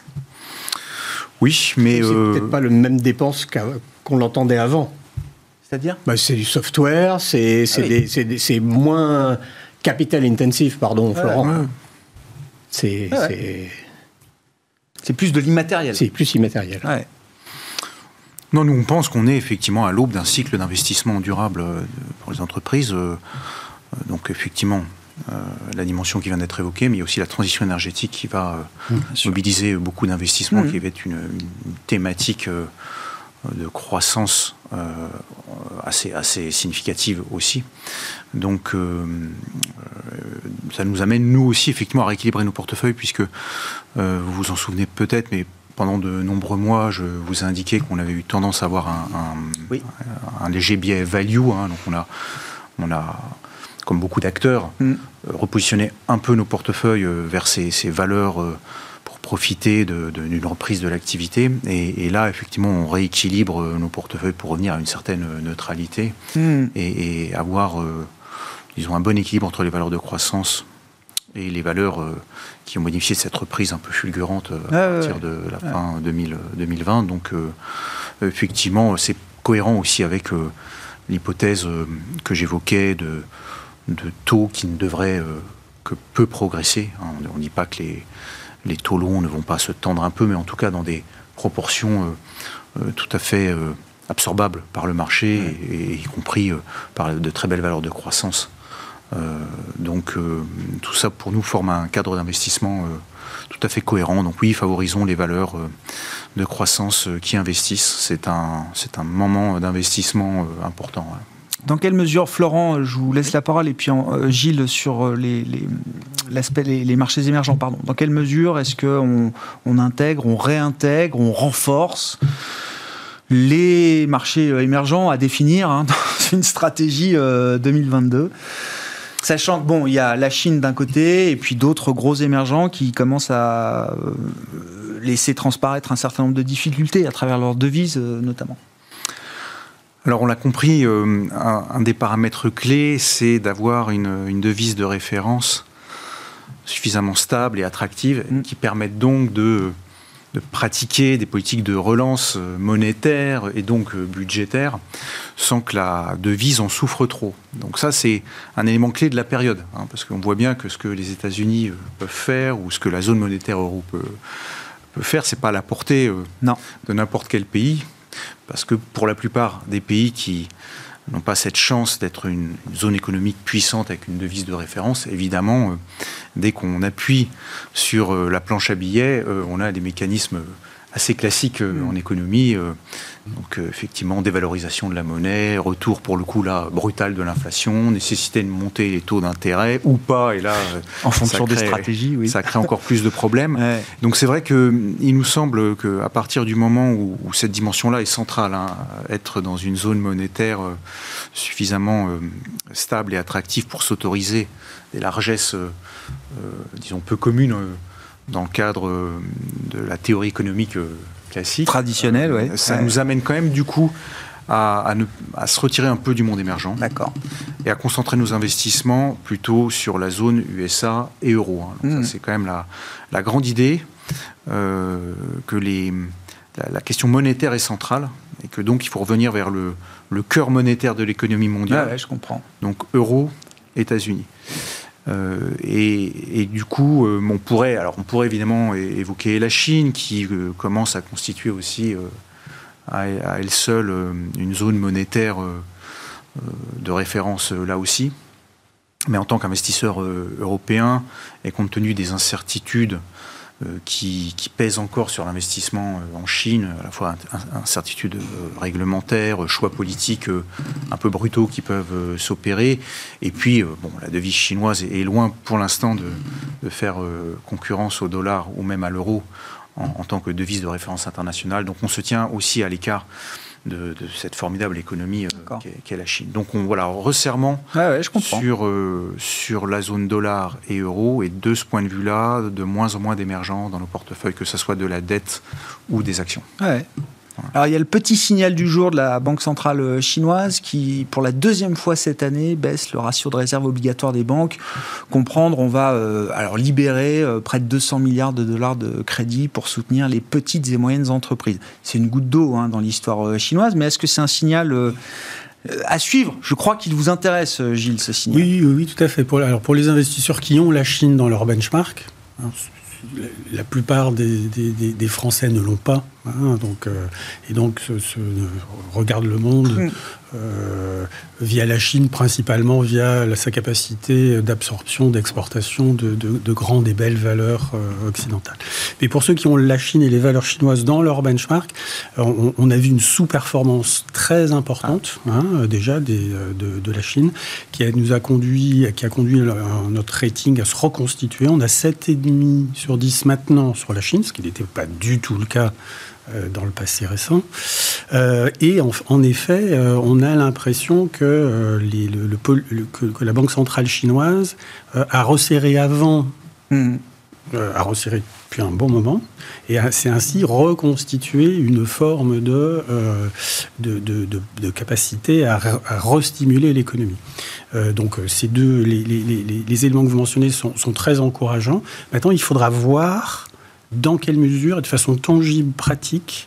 Oui, mais... C'est peut-être pas le même dépense qu'on l'entendait avant. C'est-à-dire c'est du software, c'est moins capital intensif, pardon, Florent. C'est plus de l'immatériel. C'est plus immatériel. Ouais. Non, nous, on pense qu'on est effectivement à l'aube d'un cycle d'investissement durable pour les entreprises. Donc, effectivement, la dimension qui vient d'être évoquée, mais il y a aussi la transition énergétique qui va mobiliser beaucoup d'investissements, qui va être une thématique de croissance assez significative aussi. Donc, ça nous amène, nous aussi, effectivement, à rééquilibrer nos portefeuilles, puisque vous vous en souvenez peut-être, mais pendant de nombreux mois, je vous ai indiqué qu'on avait eu tendance à avoir un léger biais value. Donc on a, comme beaucoup d'acteurs, repositionné un peu nos portefeuilles vers ces valeurs pour profiter d'une reprise de l'activité. Et là, effectivement, on rééquilibre nos portefeuilles pour revenir à une certaine neutralité et avoir, disons, un bon équilibre entre les valeurs de croissance et les valeurs qui ont modifié cette reprise un peu fulgurante à partir de la fin 2020. Donc, effectivement, c'est cohérent aussi avec l'hypothèse que j'évoquais de taux qui ne devraient que peu progresser. On ne dit pas que les taux longs ne vont pas se tendre un peu, mais en tout cas dans des proportions tout à fait absorbables par le marché, et y compris par de très belles valeurs de croissance. Donc tout ça pour nous forme un cadre d'investissement tout à fait cohérent. Donc oui, favorisons les valeurs de croissance qui investissent. C'est un moment d'investissement important. Dans quelle mesure, Florent, je vous laisse la parole, et puis Gilles sur l'aspect les marchés émergents, pardon. Dans quelle mesure est-ce qu'on intègre, on réintègre, on renforce les marchés émergents à définir dans une stratégie 2022 ? Sachant que, bon, il y a la Chine d'un côté et puis d'autres gros émergents qui commencent à laisser transparaître un certain nombre de difficultés à travers leurs devises, notamment. Alors, on l'a compris, un des paramètres clés, c'est d'avoir une devise de référence suffisamment stable et attractive qui permette donc de pratiquer des politiques de relance monétaire et donc budgétaire sans que la devise en souffre trop. Donc ça, c'est un élément clé de la période, parce qu'on voit bien que ce que les États-Unis peuvent faire ou ce que la zone monétaire euro peut faire, c'est pas à la portée de n'importe quel pays, parce que pour la plupart des pays qui n'ont pas cette chance d'être une zone économique puissante avec une devise de référence, évidemment, dès qu'on appuie sur la planche à billets, on a des mécanismes assez classiques en économie. Donc, effectivement, dévalorisation de la monnaie, retour, pour le coup, là, brutal de l'inflation, nécessité de monter les taux d'intérêt ou pas, et là, en fonction des stratégies, ça crée encore plus de problèmes. Ouais. Donc, c'est vrai qu'il nous semble qu'à partir du moment où cette dimension-là est centrale, être dans une zone monétaire suffisamment stable et attractive pour s'autoriser des largesses, disons, peu communes dans le cadre de la théorie économique classique. Traditionnelle, oui. Ça nous amène quand même, du coup, à se retirer un peu du monde émergent. D'accord. Et à concentrer nos investissements plutôt sur la zone USA et euro. Donc ça, c'est quand même la grande idée, que la question monétaire est centrale, et que donc il faut revenir vers le cœur monétaire de l'économie mondiale. Ouais, je comprends. Donc euro, États-Unis. Et du coup, on pourrait évidemment évoquer la Chine qui commence à constituer aussi à elle seule une zone monétaire de référence là aussi. Mais en tant qu'investisseur européen, et compte tenu des incertitudes qui pèsent encore sur l'investissement en Chine, à la fois incertitudes réglementaires, choix politiques un peu brutaux qui peuvent s'opérer, et puis la devise chinoise est loin pour l'instant de faire concurrence au dollar ou même à l'euro en tant que devise de référence internationale. Donc on se tient aussi à l'écart de cette formidable économie qu'est la Chine. Donc resserrement sur la zone dollar et euro, et de ce point de vue-là, de moins en moins d'émergents dans nos portefeuilles, que ce soit de la dette ou des actions. Ouais. Alors, il y a le petit signal du jour de la Banque centrale chinoise qui, pour la deuxième fois cette année, baisse le ratio de réserve obligatoire des banques. Comprendre, on va libérer près de 200 milliards de dollars de crédit pour soutenir les petites et moyennes entreprises. C'est une goutte d'eau dans l'histoire chinoise, mais est-ce que c'est un signal à suivre? Je crois qu'il vous intéresse, Gilles, ce signal. Oui, tout à fait. Pour les investisseurs qui ont la Chine dans leur benchmark, la plupart des Français ne l'ont pas, hein, et donc regardent le monde via la Chine, principalement via sa capacité d'absorption, d'exportation de grandes et belles valeurs occidentales. Mais pour ceux qui ont la Chine et les valeurs chinoises dans leur benchmark, on a vu une sous-performance très importante déjà de la Chine, qui a conduit notre rating à se reconstituer. On a 7,5 sur 10 maintenant sur la Chine, ce qui n'était pas du tout le cas dans le passé récent. Et en effet, on a l'impression que la Banque centrale chinoise a resserré avant, a resserré depuis un bon moment, et s'est ainsi reconstitué une forme de capacité à restimuler l'économie. Donc les éléments que vous mentionnez sont très encourageants. Maintenant, il faudra voir dans quelle mesure et de façon tangible, pratique,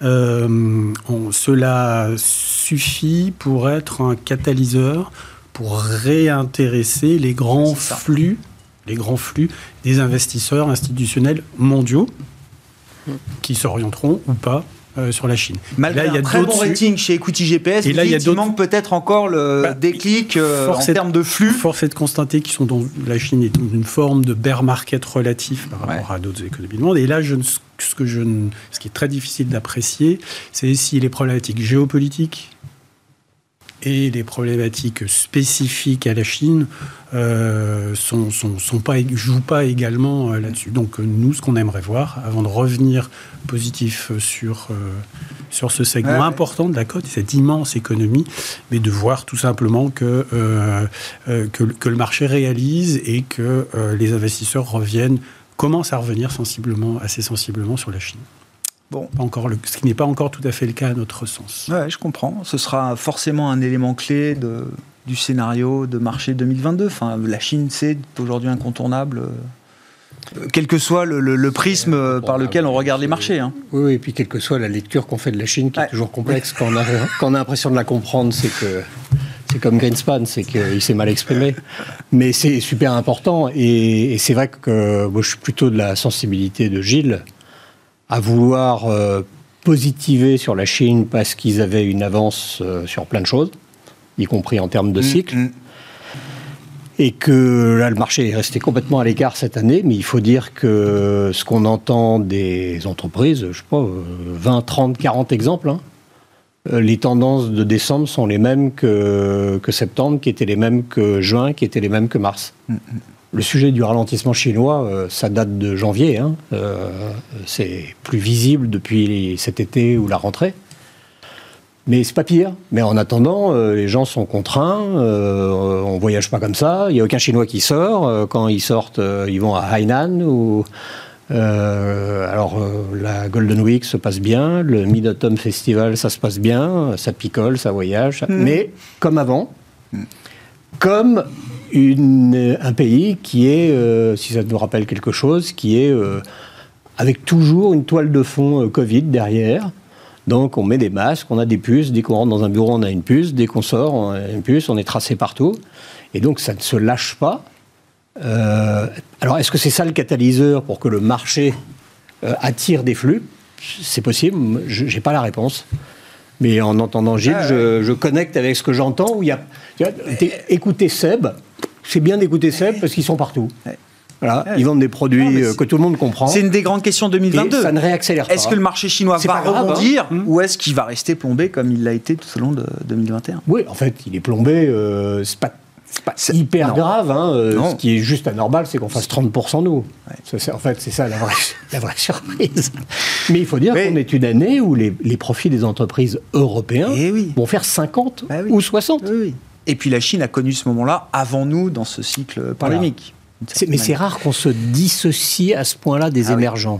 cela suffit pour être un catalyseur pour réintéresser les grands flux des investisseurs institutionnels mondiaux qui s'orienteront ou pas sur la Chine. Malgré un très bon rating chez Equity GPS, et là, il manque peut-être encore le déclic en termes de flux. Force est de constater qu'ils sont dans la Chine est une forme de bear market relatif par rapport à d'autres économies du monde. Et là, ce qui est très difficile d'apprécier, c'est si les problématiques géopolitiques et les problématiques spécifiques à la Chine jouent pas également là-dessus. Donc nous, ce qu'on aimerait voir, avant de revenir positif sur ce segment important de la Côte, cette immense économie, mais de voir tout simplement que le marché réalise et que les investisseurs commencent à revenir assez sensiblement sur la Chine. Bon. Ce qui n'est pas encore tout à fait le cas à notre sens. Ouais, je comprends. Ce sera forcément un élément clé du scénario de marché 2022. Enfin, la Chine, c'est aujourd'hui incontournable, quel que soit le prisme par lequel on regarde les marchés. Hein. Oui, et puis quelle que soit la lecture qu'on fait de la Chine, qui est toujours complexe, quand on a l'impression de la comprendre, c'est comme Greenspan, c'est qu'il s'est mal exprimé. Mais c'est super important. Et c'est vrai que moi, je suis plutôt de la sensibilité de Gilles, à vouloir positiver sur la Chine parce qu'ils avaient une avance sur plein de choses, y compris en termes de cycle, et que là, le marché est resté complètement à l'écart cette année, mais il faut dire que ce qu'on entend des entreprises, je sais pas, 20, 30, 40 exemples, les tendances de décembre sont les mêmes que septembre, qui étaient les mêmes que juin, qui étaient les mêmes que mars. Le sujet du ralentissement chinois, ça date de janvier. C'est plus visible depuis cet été ou la rentrée. Mais c'est pas pire. Mais en attendant, les gens sont contraints. On voyage pas comme ça. Il n'y a aucun Chinois qui sort. Quand ils sortent, ils vont à Hainan. La Golden Week se passe bien. Le Mid-Autumn Festival, ça se passe bien. Ça picole, ça voyage. Mais comme avant, comme un pays qui est, si ça nous rappelle quelque chose, qui est avec toujours une toile de fond Covid derrière. Donc on met des masques, on a des puces, dès qu'on rentre dans un bureau on a une puce, dès qu'on sort on a une puce, on est tracé partout. Et donc ça ne se lâche pas. Alors est-ce que c'est ça le catalyseur pour que le marché attire des flux ? C'est possible, je n'ai pas la réponse. Mais en entendant Gilles, je connecte avec ce que j'entends, où il y a... Écoutez Seb, c'est bien d'écouter Seb parce qu'ils sont partout. Voilà, ils vendent des produits que tout le monde comprend. C'est une des grandes questions 2022. Et ça ne réaccélère pas. Est-ce que le marché chinois va rebondir ou est-ce qu'il va rester plombé comme il l'a été tout au long de 2021 ? Oui, en fait, il est plombé. C'est pas hyper grave. Ce qui est juste anormal, c'est qu'on fasse 30% nous. En fait, c'est ça la vraie surprise. Mais il faut dire qu'on est une année où les profits des entreprises européennes vont faire 50 ou 60. Et puis la Chine a connu ce moment-là avant nous dans ce cycle pandémique. Mais c'est rare qu'on se dissocie à ce point-là des émergents.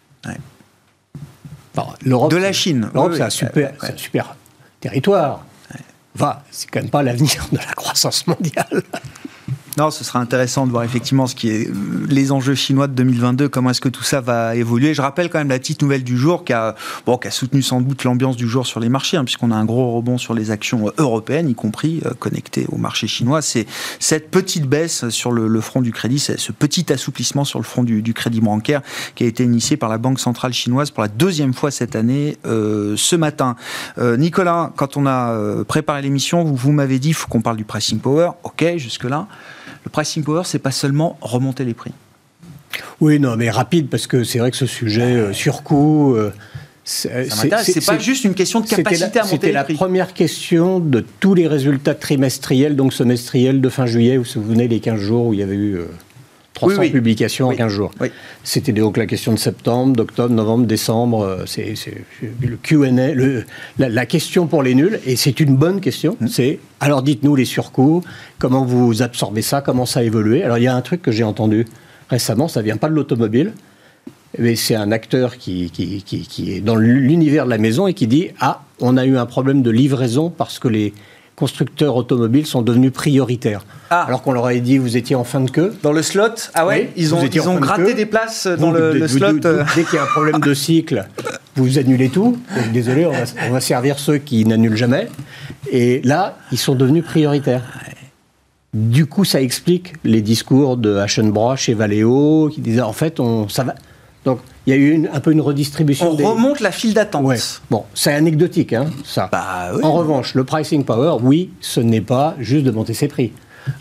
L'Europe, de la Chine. L'Europe, c'est un super territoire. Enfin, c'est quand même pas l'avenir de la croissance mondiale. Non, ce sera intéressant de voir effectivement ce qui est les enjeux chinois de 2022, comment est-ce que tout ça va évoluer. Je rappelle quand même la petite nouvelle du jour qui a soutenu sans doute l'ambiance du jour sur les marchés, puisqu'on a un gros rebond sur les actions européennes, y compris connectées au marché chinois. C'est cette petite baisse sur le front du crédit, c'est ce petit assouplissement sur le front du crédit bancaire qui a été initié par la Banque centrale chinoise pour la deuxième fois cette année, ce matin. Nicolas, quand on a préparé l'émission, vous m'avez dit, il faut qu'on parle du pricing power. Ok, jusque-là. Le pricing power, c'est pas seulement remonter les prix. Oui, non, mais rapide, parce que c'est vrai que ce sujet surcoût... ça m'intéresse, c'est pas juste une question de capacité à monter les prix. C'était la première question de tous les résultats trimestriels, donc semestriels de fin juillet, vous vous souvenez, les 15 jours où il y avait eu 300 publications en 15 jours. Oui. C'était donc la question de septembre, d'octobre, novembre, décembre. C'est le Q&A, la question pour les nuls, et c'est une bonne question. C'est, alors dites-nous les surcoûts, comment vous absorbez ça, comment ça a évolué. Alors il y a un truc que j'ai entendu récemment, ça vient pas de l'automobile, mais c'est un acteur qui est dans l'univers de la maison et qui dit « Ah, on a eu un problème de livraison parce que les constructeurs automobiles sont devenus prioritaires. » Alors qu'on leur avait dit « Vous étiez en fin de queue. » Dans le slot. Ah ouais, oui, ils ont gratté des places dans le slot. Dès qu'il y a un problème de cycle, vous annulez tout. Donc, désolé, on va servir ceux qui n'annulent jamais. Et là, ils sont devenus prioritaires. Du coup, ça explique les discours de Aschenbroich et Valeo qui disaient « En fait, ça va... » Donc, il y a eu un peu une redistribution. On remonte la file d'attente. Ouais. Bon, c'est anecdotique, ça. Oui. En revanche, le pricing power, oui, ce n'est pas juste de monter ses prix.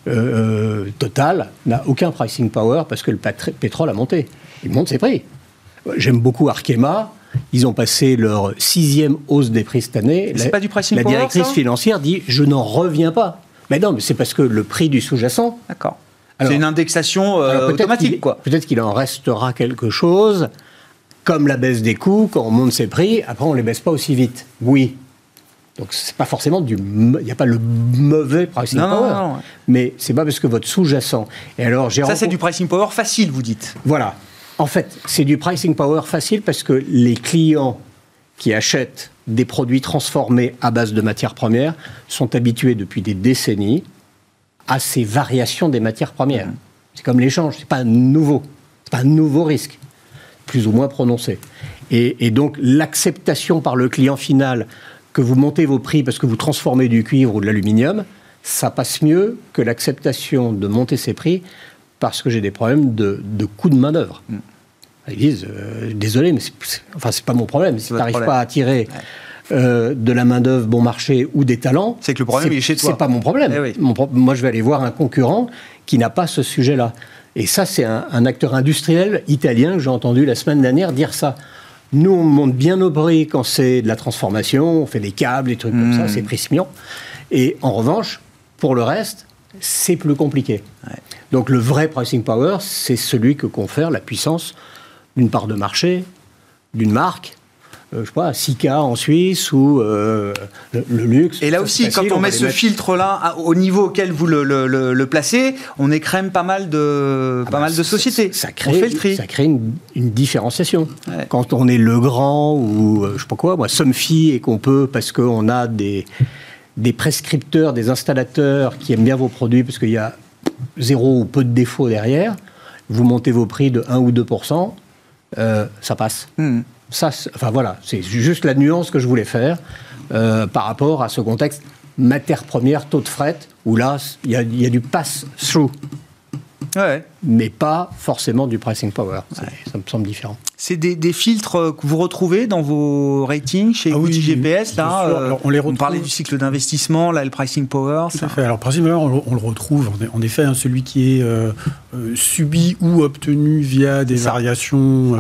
Total n'a aucun pricing power parce que le pétrole a monté. Il monte ses prix. J'aime beaucoup Arkema. Ils ont passé leur 6e hausse des prix cette année. C'est pas du pricing power, la directrice financière dit « Je n'en reviens pas ». Mais non, mais c'est parce que le prix du sous-jacent... D'accord. C'est une indexation automatique, quoi. Peut-être qu'il en restera quelque chose, comme la baisse des coûts, quand on monte ses prix, après on ne les baisse pas aussi vite. Oui. Donc c'est pas forcément il n'y a pas le mauvais pricing power. Non. Mais c'est pas parce que votre sous-jacent... Et alors, c'est du pricing power facile, vous dites. Voilà. En fait, c'est du pricing power facile parce que les clients qui achètent des produits transformés à base de matières premières sont habitués depuis des décennies à ces variations des matières premières. C'est comme l'échange, c'est pas nouveau. C'est pas un nouveau risque, plus ou moins prononcé. Et donc, l'acceptation par le client final que vous montez vos prix parce que vous transformez du cuivre ou de l'aluminium, ça passe mieux que l'acceptation de monter ses prix parce que j'ai des problèmes de coût de main-d'œuvre. Ils disent, désolé, mais c'est pas mon problème. Si tu n'arrives pas à attirer... de la main-d'œuvre bon marché ou des talents, c'est que le problème il est chez toi. C'est pas mon problème. Oui. Moi, je vais aller voir un concurrent qui n'a pas ce sujet-là. Et ça, c'est un acteur industriel italien que j'ai entendu la semaine dernière dire ça. Nous, on monte bien nos prix quand c'est de la transformation, on fait des câbles, des trucs comme ça, c'est précipitant. Et en revanche, pour le reste, c'est plus compliqué. Ouais. Donc le vrai pricing power, c'est celui que confère la puissance d'une part de marché, d'une marque, je sais pas, Sika en Suisse ou le luxe. Et là aussi, facile, quand on met ce filtre-là au niveau auquel vous le placez, on écrème pas mal de sociétés. On fait le tri. Ça crée une différenciation. Ouais. Quand on est Legrand ou je sais pas quoi, moi, Somfy, et qu'on peut, parce qu'on a des prescripteurs, des installateurs qui aiment bien vos produits parce qu'il y a zéro ou peu de défauts derrière, vous montez vos prix de 1 ou 2%, ça passe. Ça, enfin voilà, c'est juste la nuance que je voulais faire par rapport à ce contexte matière première, taux de fret, où là, il y a du pass-through. Ouais. Mais pas forcément du pricing power. Ça me semble différent. C'est des filtres que vous retrouvez dans vos ratings chez Equity GPS. Là, Alors, on les retrouve. On parlait du cycle d'investissement, là, le pricing power. Tout à fait. Alors, le pricing power, on le retrouve. En effet, celui qui est subi ou obtenu via des variations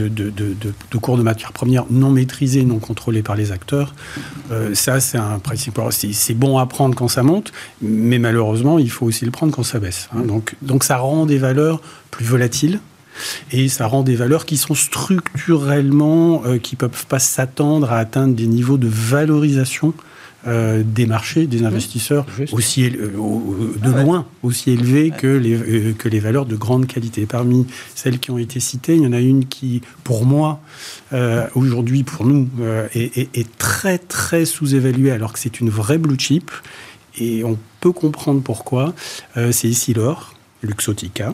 de cours de matières premières non maîtrisées, non contrôlées par les acteurs. Ça, c'est un pricing power. C'est bon à prendre quand ça monte, mais malheureusement, il faut aussi le prendre quand ça baisse. Donc ça rend des valeurs plus volatiles. Et ça rend des valeurs qui sont structurellement, qui ne peuvent pas s'attendre à atteindre des niveaux de valorisation des marchés, des investisseurs, aussi loin aussi élevés que les valeurs de grande qualité. Parmi celles qui ont été citées, il y en a une qui, pour moi, aujourd'hui, pour nous, est très, très sous-évaluée, alors que c'est une vraie blue chip, Et on peut comprendre pourquoi. C'est Essilor, Luxottica.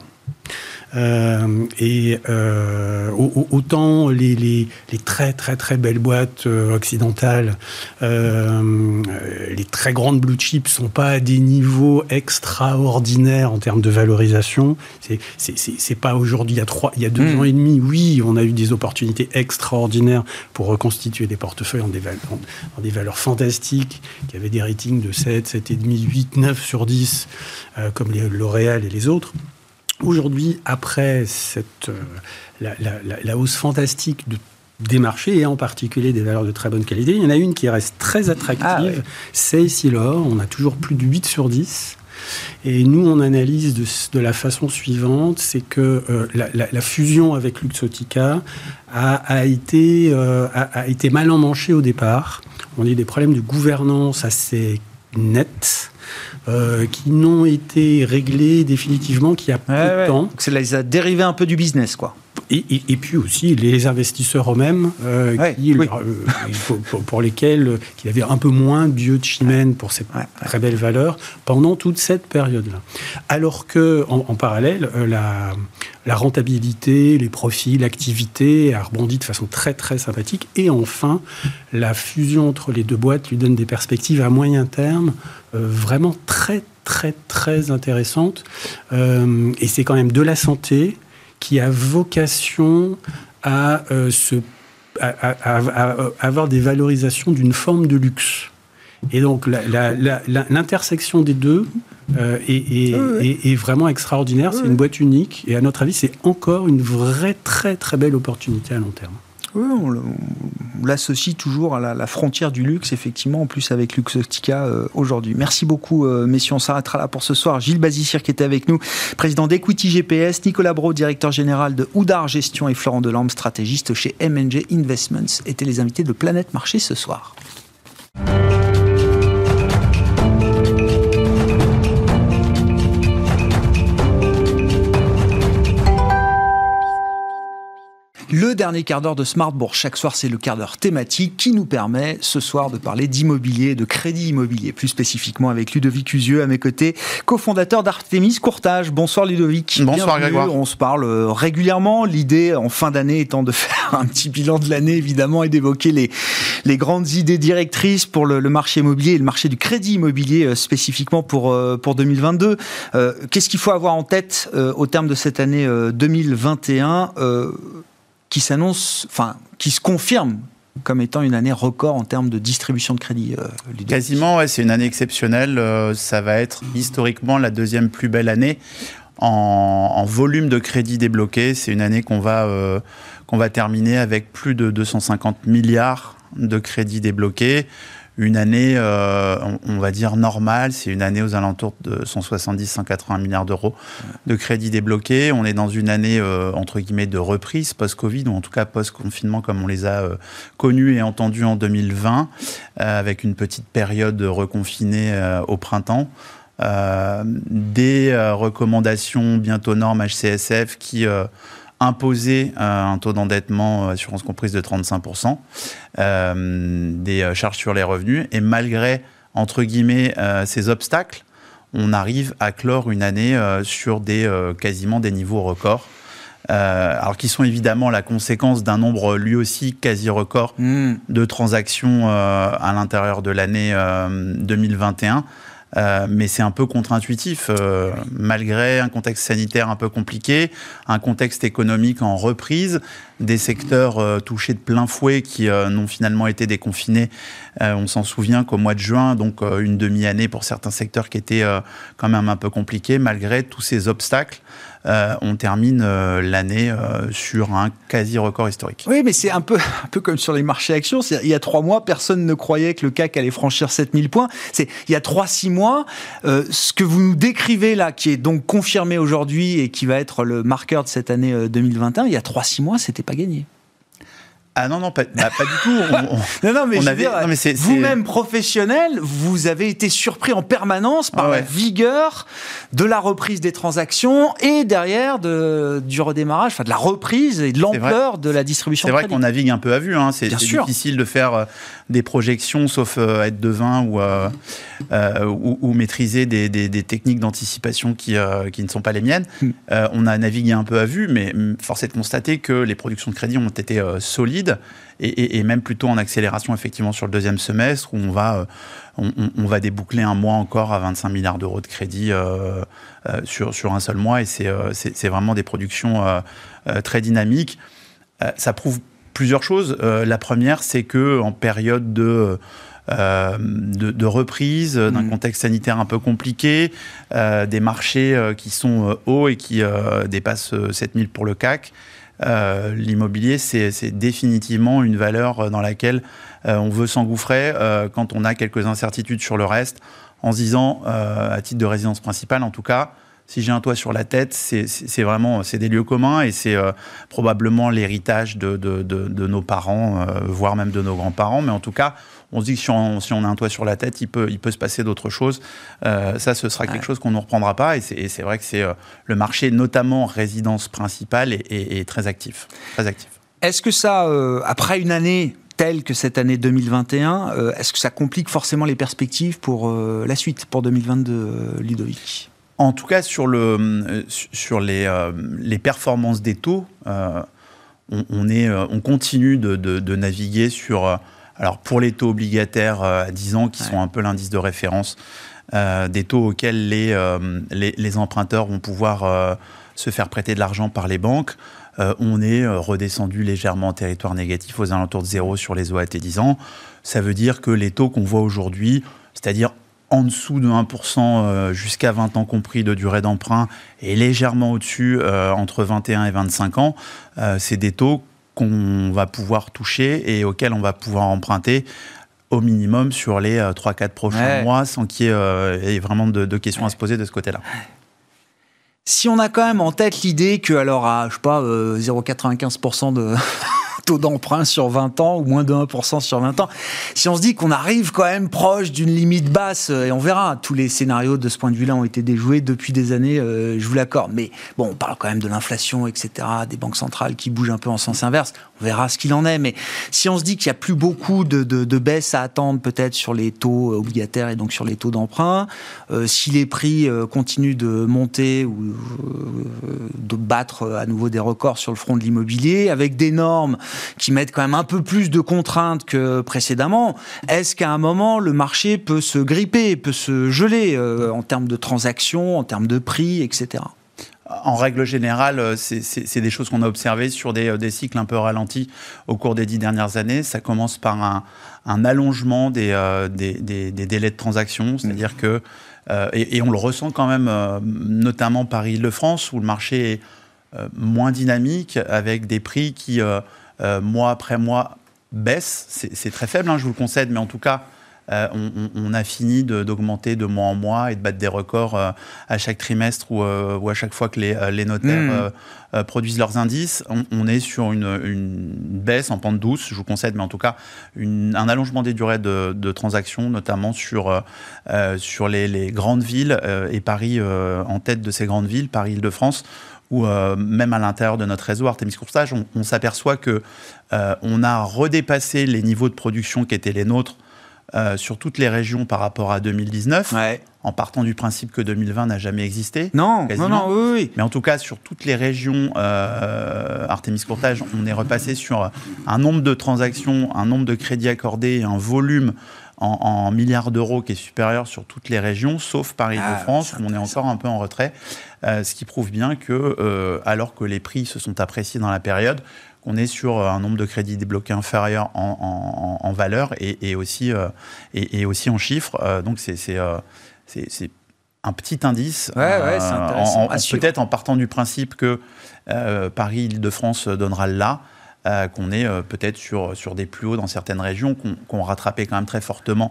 Autant les très très très belles boîtes occidentales, les très grandes blue chips sont pas à des niveaux extraordinaires en termes de valorisation. C'est pas aujourd'hui. Il y a 2 ans et demi, oui, on a eu des opportunités extraordinaires pour reconstituer des portefeuilles en des valeurs fantastiques, qui avaient des ratings de 7, 7,5, 8, 9 sur 10, comme les L'Oréal et les autres. Aujourd'hui, après la hausse fantastique des marchés, et en particulier des valeurs de très bonne qualité, il y en a une qui reste très attractive, c'est Essilor. On a toujours plus de 8 sur 10. Et nous, on analyse de la façon suivante, c'est que la fusion avec Luxottica a été mal emmanchée au départ. On a eu des problèmes de gouvernance assez nets, qui n'ont été réglés définitivement qu'il y a peu de temps. Donc ça a dérivé un peu du business, quoi. Et puis aussi les investisseurs eux-mêmes, pour lesquels il y avait un peu moins d'yeux de chimène pour ces très belles valeurs pendant toute cette période-là. Alors que, en parallèle, la rentabilité, les profits, l'activité a rebondi de façon très très sympathique. Et enfin, la fusion entre les 2 boîtes lui donne des perspectives à moyen terme vraiment très très très intéressantes. Et c'est quand même de la santé qui a vocation à avoir des valorisations d'une forme de luxe. Et donc, l'intersection des deux est vraiment extraordinaire. C'est une boîte unique. Et à notre avis, c'est encore une vraie, très, très belle opportunité à long terme. Oui, on l'associe toujours à la frontière du luxe, effectivement, en plus avec Luxottica aujourd'hui. Merci beaucoup, messieurs. On s'arrêtera là pour ce soir. Gilles Bazissire qui était avec nous, président d'Equity GPS, Nicolas Brault, directeur général de Oudart Gestion, et Florent Delorme, stratégiste chez M&G Investments, étaient les invités de Planète Marché ce soir. Le dernier quart d'heure de Smart Bourse. Chaque soir, c'est le quart d'heure thématique qui nous permet ce soir de parler d'immobilier, de crédit immobilier, plus spécifiquement avec Ludovic Usieux à mes côtés, cofondateur d'Artémis Courtage. Bonsoir Ludovic. Bonsoir Grégoire. On se parle régulièrement. L'idée en fin d'année étant de faire un petit bilan de l'année évidemment et d'évoquer les grandes idées directrices pour le marché immobilier et le marché du crédit immobilier spécifiquement pour 2022. Qu'est-ce qu'il faut avoir en tête au terme de cette année 2021 qui s'annonce, enfin, qui se confirme comme étant une année record en termes de distribution de crédit. Quasiment, ouais, c'est une année exceptionnelle. Ça va être historiquement la 2e plus belle année en volume de crédit débloqué. C'est une année qu'on va terminer avec plus de 250 milliards de crédits débloqués. Une année, on va dire normale, c'est une année aux alentours de 170-180 milliards d'euros de crédits débloqués. On est dans une année, entre guillemets, de reprise post-Covid, ou en tout cas post-confinement, comme on les a connus et entendus en 2020, avec une petite période reconfinée au printemps. Des recommandations bientôt normes HCSF qui imposer un taux d'endettement assurance comprise de 35%, des charges sur les revenus. Et malgré, entre guillemets, ces obstacles, on arrive à clore une année sur quasiment des niveaux records. Alors qui sont évidemment la conséquence d'un nombre lui aussi quasi record de transactions à l'intérieur de l'année 2021. Mais c'est un peu contre-intuitif, malgré un contexte sanitaire un peu compliqué, un contexte économique en reprise, des secteurs touchés de plein fouet qui n'ont finalement été déconfinés. On s'en souvient qu'au mois de juin, donc une demi-année pour certains secteurs qui étaient quand même un peu compliqués, malgré tous ces obstacles, on termine l'année sur un quasi-record historique. Oui, mais c'est un peu comme sur les marchés actions. Il y a 3 mois, personne ne croyait que le CAC allait franchir 7000 points. Il y a 3-6 mois, ce que vous nous décrivez là, qui est donc confirmé aujourd'hui et qui va être le marqueur de cette année 2021, il y a 3-6 mois, c'était pas gagné. Ah non, pas du tout. Non, mais vous-même professionnel, vous avez été surpris en permanence par la vigueur de la reprise des transactions et derrière du redémarrage, enfin de la reprise et de l'ampleur de la distribution. C'est vrai qu'on navigue un peu à vue. C'est difficile de faire des projections, sauf être devin ou maîtriser des techniques d'anticipation qui ne sont pas les miennes. On a navigué un peu à vue, mais force est de constater que les productions de crédit ont été solides et même plutôt en accélération effectivement sur le deuxième semestre où on va déboucler un mois encore à 25 milliards d'euros de crédit sur un seul mois et c'est vraiment des productions très dynamiques. Ça prouve plusieurs choses. La première, c'est que en période de reprise, d'un contexte sanitaire un peu compliqué, des marchés qui sont hauts et qui dépassent 7000 pour le CAC, l'immobilier, c'est définitivement une valeur dans laquelle on veut s'engouffrer quand on a quelques incertitudes sur le reste, en se disant, à titre de résidence principale en tout cas, si j'ai un toit sur la tête, c'est des lieux communs et c'est probablement l'héritage de nos parents, voire même de nos grands-parents. Mais en tout cas, on se dit que si on a un toit sur la tête, il peut se passer d'autres choses. Ça, ce sera quelque chose qu'on ne reprendra pas. Et c'est vrai que le marché, notamment résidence principale, est très actif. Très actif. Est-ce que ça, après une année telle que cette année 2021, est-ce que ça complique forcément les perspectives pour la suite, pour 2022, Ludovic ? En tout cas, sur les performances des taux, on continue de naviguer sur... alors, pour les taux obligataires à 10 ans, qui sont un peu l'indice de référence, des taux auxquels les emprunteurs vont pouvoir se faire prêter de l'argent par les banques, on est redescendu légèrement en territoire négatif, aux alentours de 0 sur les OAT 10 ans. Ça veut dire que les taux qu'on voit aujourd'hui, c'est-à-dire en dessous de 1% jusqu'à 20 ans compris de durée d'emprunt et légèrement au-dessus entre 21 et 25 ans, c'est des taux qu'on va pouvoir toucher et auxquels on va pouvoir emprunter au minimum sur les 3-4 prochains mois sans qu'il y ait vraiment de questions à se poser de ce côté-là. Si on a quand même en tête l'idée que, alors à, 0,95% de... taux d'emprunt sur 20 ans ou moins de 1% sur 20 ans. Si on se dit qu'on arrive quand même proche d'une limite basse, et on verra, tous les scénarios de ce point de vue-là ont été déjoués depuis des années, je vous l'accorde. Mais bon, on parle quand même de l'inflation, etc., des banques centrales qui bougent un peu en sens inverse. On verra ce qu'il en est. Mais si on se dit qu'il n'y a plus beaucoup de baisses à attendre peut-être sur les taux obligataires et donc sur les taux d'emprunt, si les prix continuent de monter ou de battre à nouveau des records sur le front de l'immobilier, avec des normes qui mettent quand même un peu plus de contraintes que précédemment, est-ce qu'à un moment, le marché peut se gripper, peut se geler en termes de transactions, en termes de prix, etc. En règle générale, c'est des choses qu'on a observées sur des cycles un peu ralentis au cours des 10 dernières années. Ça commence par un allongement des délais de transaction, c'est-à-dire que, et on le ressent quand même, notamment Paris-Île-de-France, où le marché est moins dynamique, avec des prix qui... mois après mois baisse, c'est très faible, je vous le concède, mais en tout cas, on a fini d'augmenter de mois en mois et de battre des records à chaque trimestre ou à chaque fois que les notaires produisent leurs indices. On est sur une baisse en pente douce, je vous concède, mais en tout cas, un allongement des durées de transactions, notamment sur les grandes villes, et Paris en tête de ces grandes villes, Paris-Île-de-France, ou même à l'intérieur de notre réseau Artemis Courtage, on s'aperçoit que on a redépassé les niveaux de production qui étaient les nôtres sur toutes les régions par rapport à 2019, en partant du principe que 2020 n'a jamais existé. Non, oui. Mais en tout cas, sur toutes les régions Artemis Courtage, on est repassé sur un nombre de transactions, un nombre de crédits accordés, un volume en milliards d'euros qui est supérieur sur toutes les régions, sauf Paris-Île-de-France, où on est encore un peu en retrait, ce qui prouve bien que, alors que les prix se sont appréciés dans la période, on est sur un nombre de crédits débloqués inférieur en valeur et aussi en chiffres. Donc c'est un petit indice, peut-être en partant du principe que Paris-Île-de-France donnera le là, qu'on est peut-être sur des plus hauts dans certaines régions, qu'on rattrapait quand même très fortement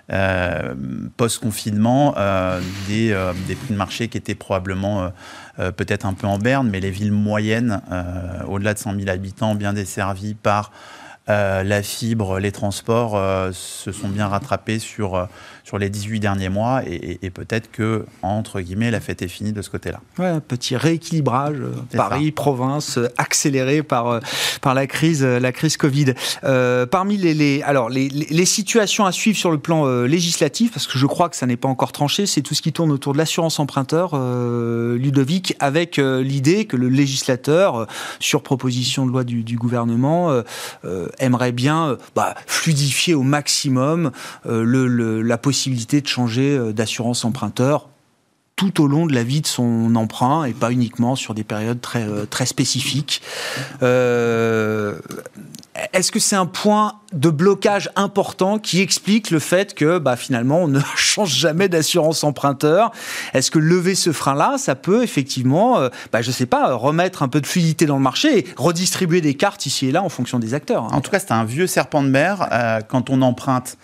post-confinement, des prix de marché qui étaient probablement peut-être un peu en berne, mais les villes moyennes, au-delà de 100 000 habitants, bien desservies par la fibre, les transports se sont bien rattrapés sur les 18 derniers mois et peut-être que, entre guillemets, la fête est finie de ce côté-là. Ouais, un petit rééquilibrage, Paris, province, accéléré par la crise Covid. Parmi les situations à suivre sur le plan législatif, parce que je crois que ça n'est pas encore tranché, c'est tout ce qui tourne autour de l'assurance emprunteur, Ludovic, avec l'idée que le législateur, sur proposition de loi du gouvernement, aimerait bien fluidifier au maximum la possibilité de changer d'assurance emprunteur tout au long de la vie de son emprunt et pas uniquement sur des périodes très spécifiques. Est-ce que c'est un point de blocage important qui explique le fait que finalement on ne change jamais d'assurance emprunteur? Est-ce que lever ce frein-là, ça peut effectivement, je sais pas, remettre un peu de fluidité dans le marché et redistribuer des cartes ici et là en fonction des acteurs, hein? En tout cas, c'est un vieux serpent de mer. Quand on emprunte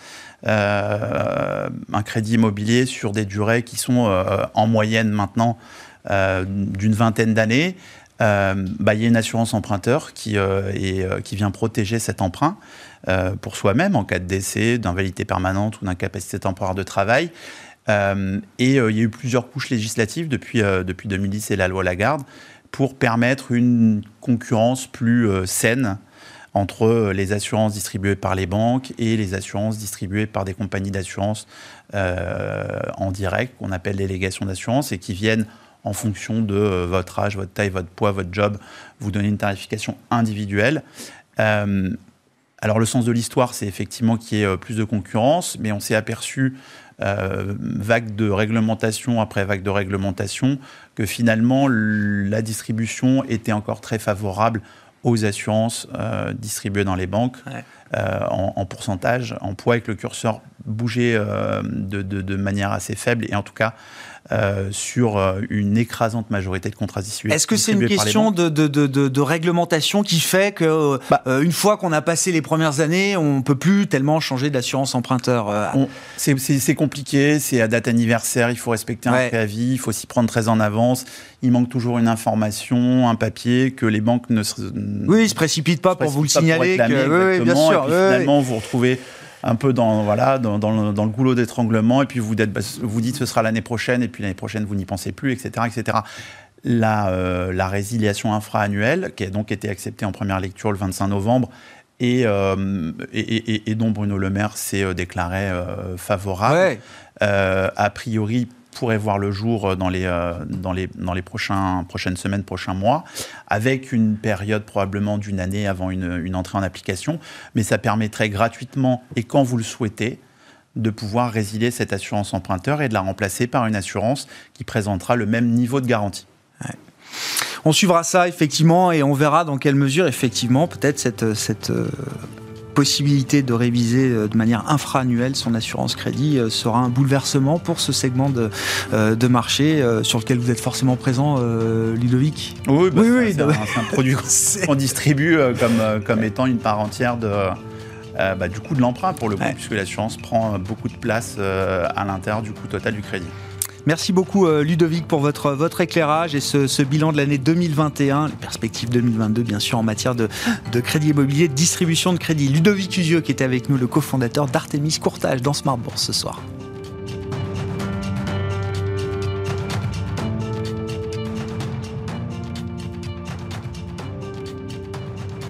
un crédit immobilier sur des durées qui sont en moyenne maintenant d'une vingtaine d'années, il y a une assurance emprunteur qui vient protéger cet emprunt pour soi-même en cas de décès, d'invalidité permanente ou d'incapacité temporaire de travail. Il y a eu plusieurs couches législatives depuis 2010 et la loi Lagarde pour permettre une concurrence plus saine entre les assurances distribuées par les banques et les assurances distribuées par des compagnies d'assurance en direct, qu'on appelle délégation d'assurance, et qui viennent en fonction de votre âge, votre taille, votre poids, votre job, vous donner une tarification individuelle. Alors le sens de l'histoire, c'est effectivement qu'il y ait plus de concurrence, mais on s'est aperçu, vague de réglementation après vague de réglementation, que finalement la distribution était encore très favorable aux assurances distribuées dans les banques, en pourcentage, en poids, et que le curseur bougeait de manière assez faible, et en tout cas sur une écrasante majorité de contrats distribués. Est-ce que c'est une question de réglementation qui fait que une fois qu'on a passé les premières années, on ne peut plus tellement changer d'assurance emprunteur? C'est compliqué, c'est à date anniversaire, il faut respecter un préavis, il faut s'y prendre très en avance, il manque toujours une information, un papier que les banques ne se précipitent pas pour vous le signaler. Oui, bien sûr. Et puis finalement, vous vous retrouvez un peu dans le goulot d'étranglement, et puis vous dites ce sera l'année prochaine, et puis l'année prochaine vous n'y pensez plus, etc. etc. La résiliation infra-annuelle, qui a donc été acceptée en première lecture le 25 novembre, et dont Bruno Le Maire s'est déclaré favorable, a priori pourrait voir le jour dans les prochaines semaines, prochains mois, avec une période probablement d'une année avant une entrée en application. Mais ça permettrait gratuitement, et quand vous le souhaitez, de pouvoir résilier cette assurance emprunteur et de la remplacer par une assurance qui présentera le même niveau de garantie. Ouais. On suivra ça, effectivement, et on verra dans quelle mesure, effectivement, peut-être cette possibilité de réviser de manière infra-annuelle son assurance crédit sera un bouleversement pour ce segment de marché sur lequel vous êtes forcément présent, Ludovic. Oui, c'est un produit qu'on distribue comme étant une part entière du coût de l'emprunt pour le coup, puisque l'assurance prend beaucoup de place à l'intérieur du coût total du crédit. Merci beaucoup Ludovic pour votre éclairage et ce bilan de l'année 2021, les perspectives 2022 bien sûr en matière de crédit immobilier, de distribution de crédit. Ludovic Usieux qui était avec nous, le cofondateur d'Artemis Courtage dans Smart Bourse ce soir.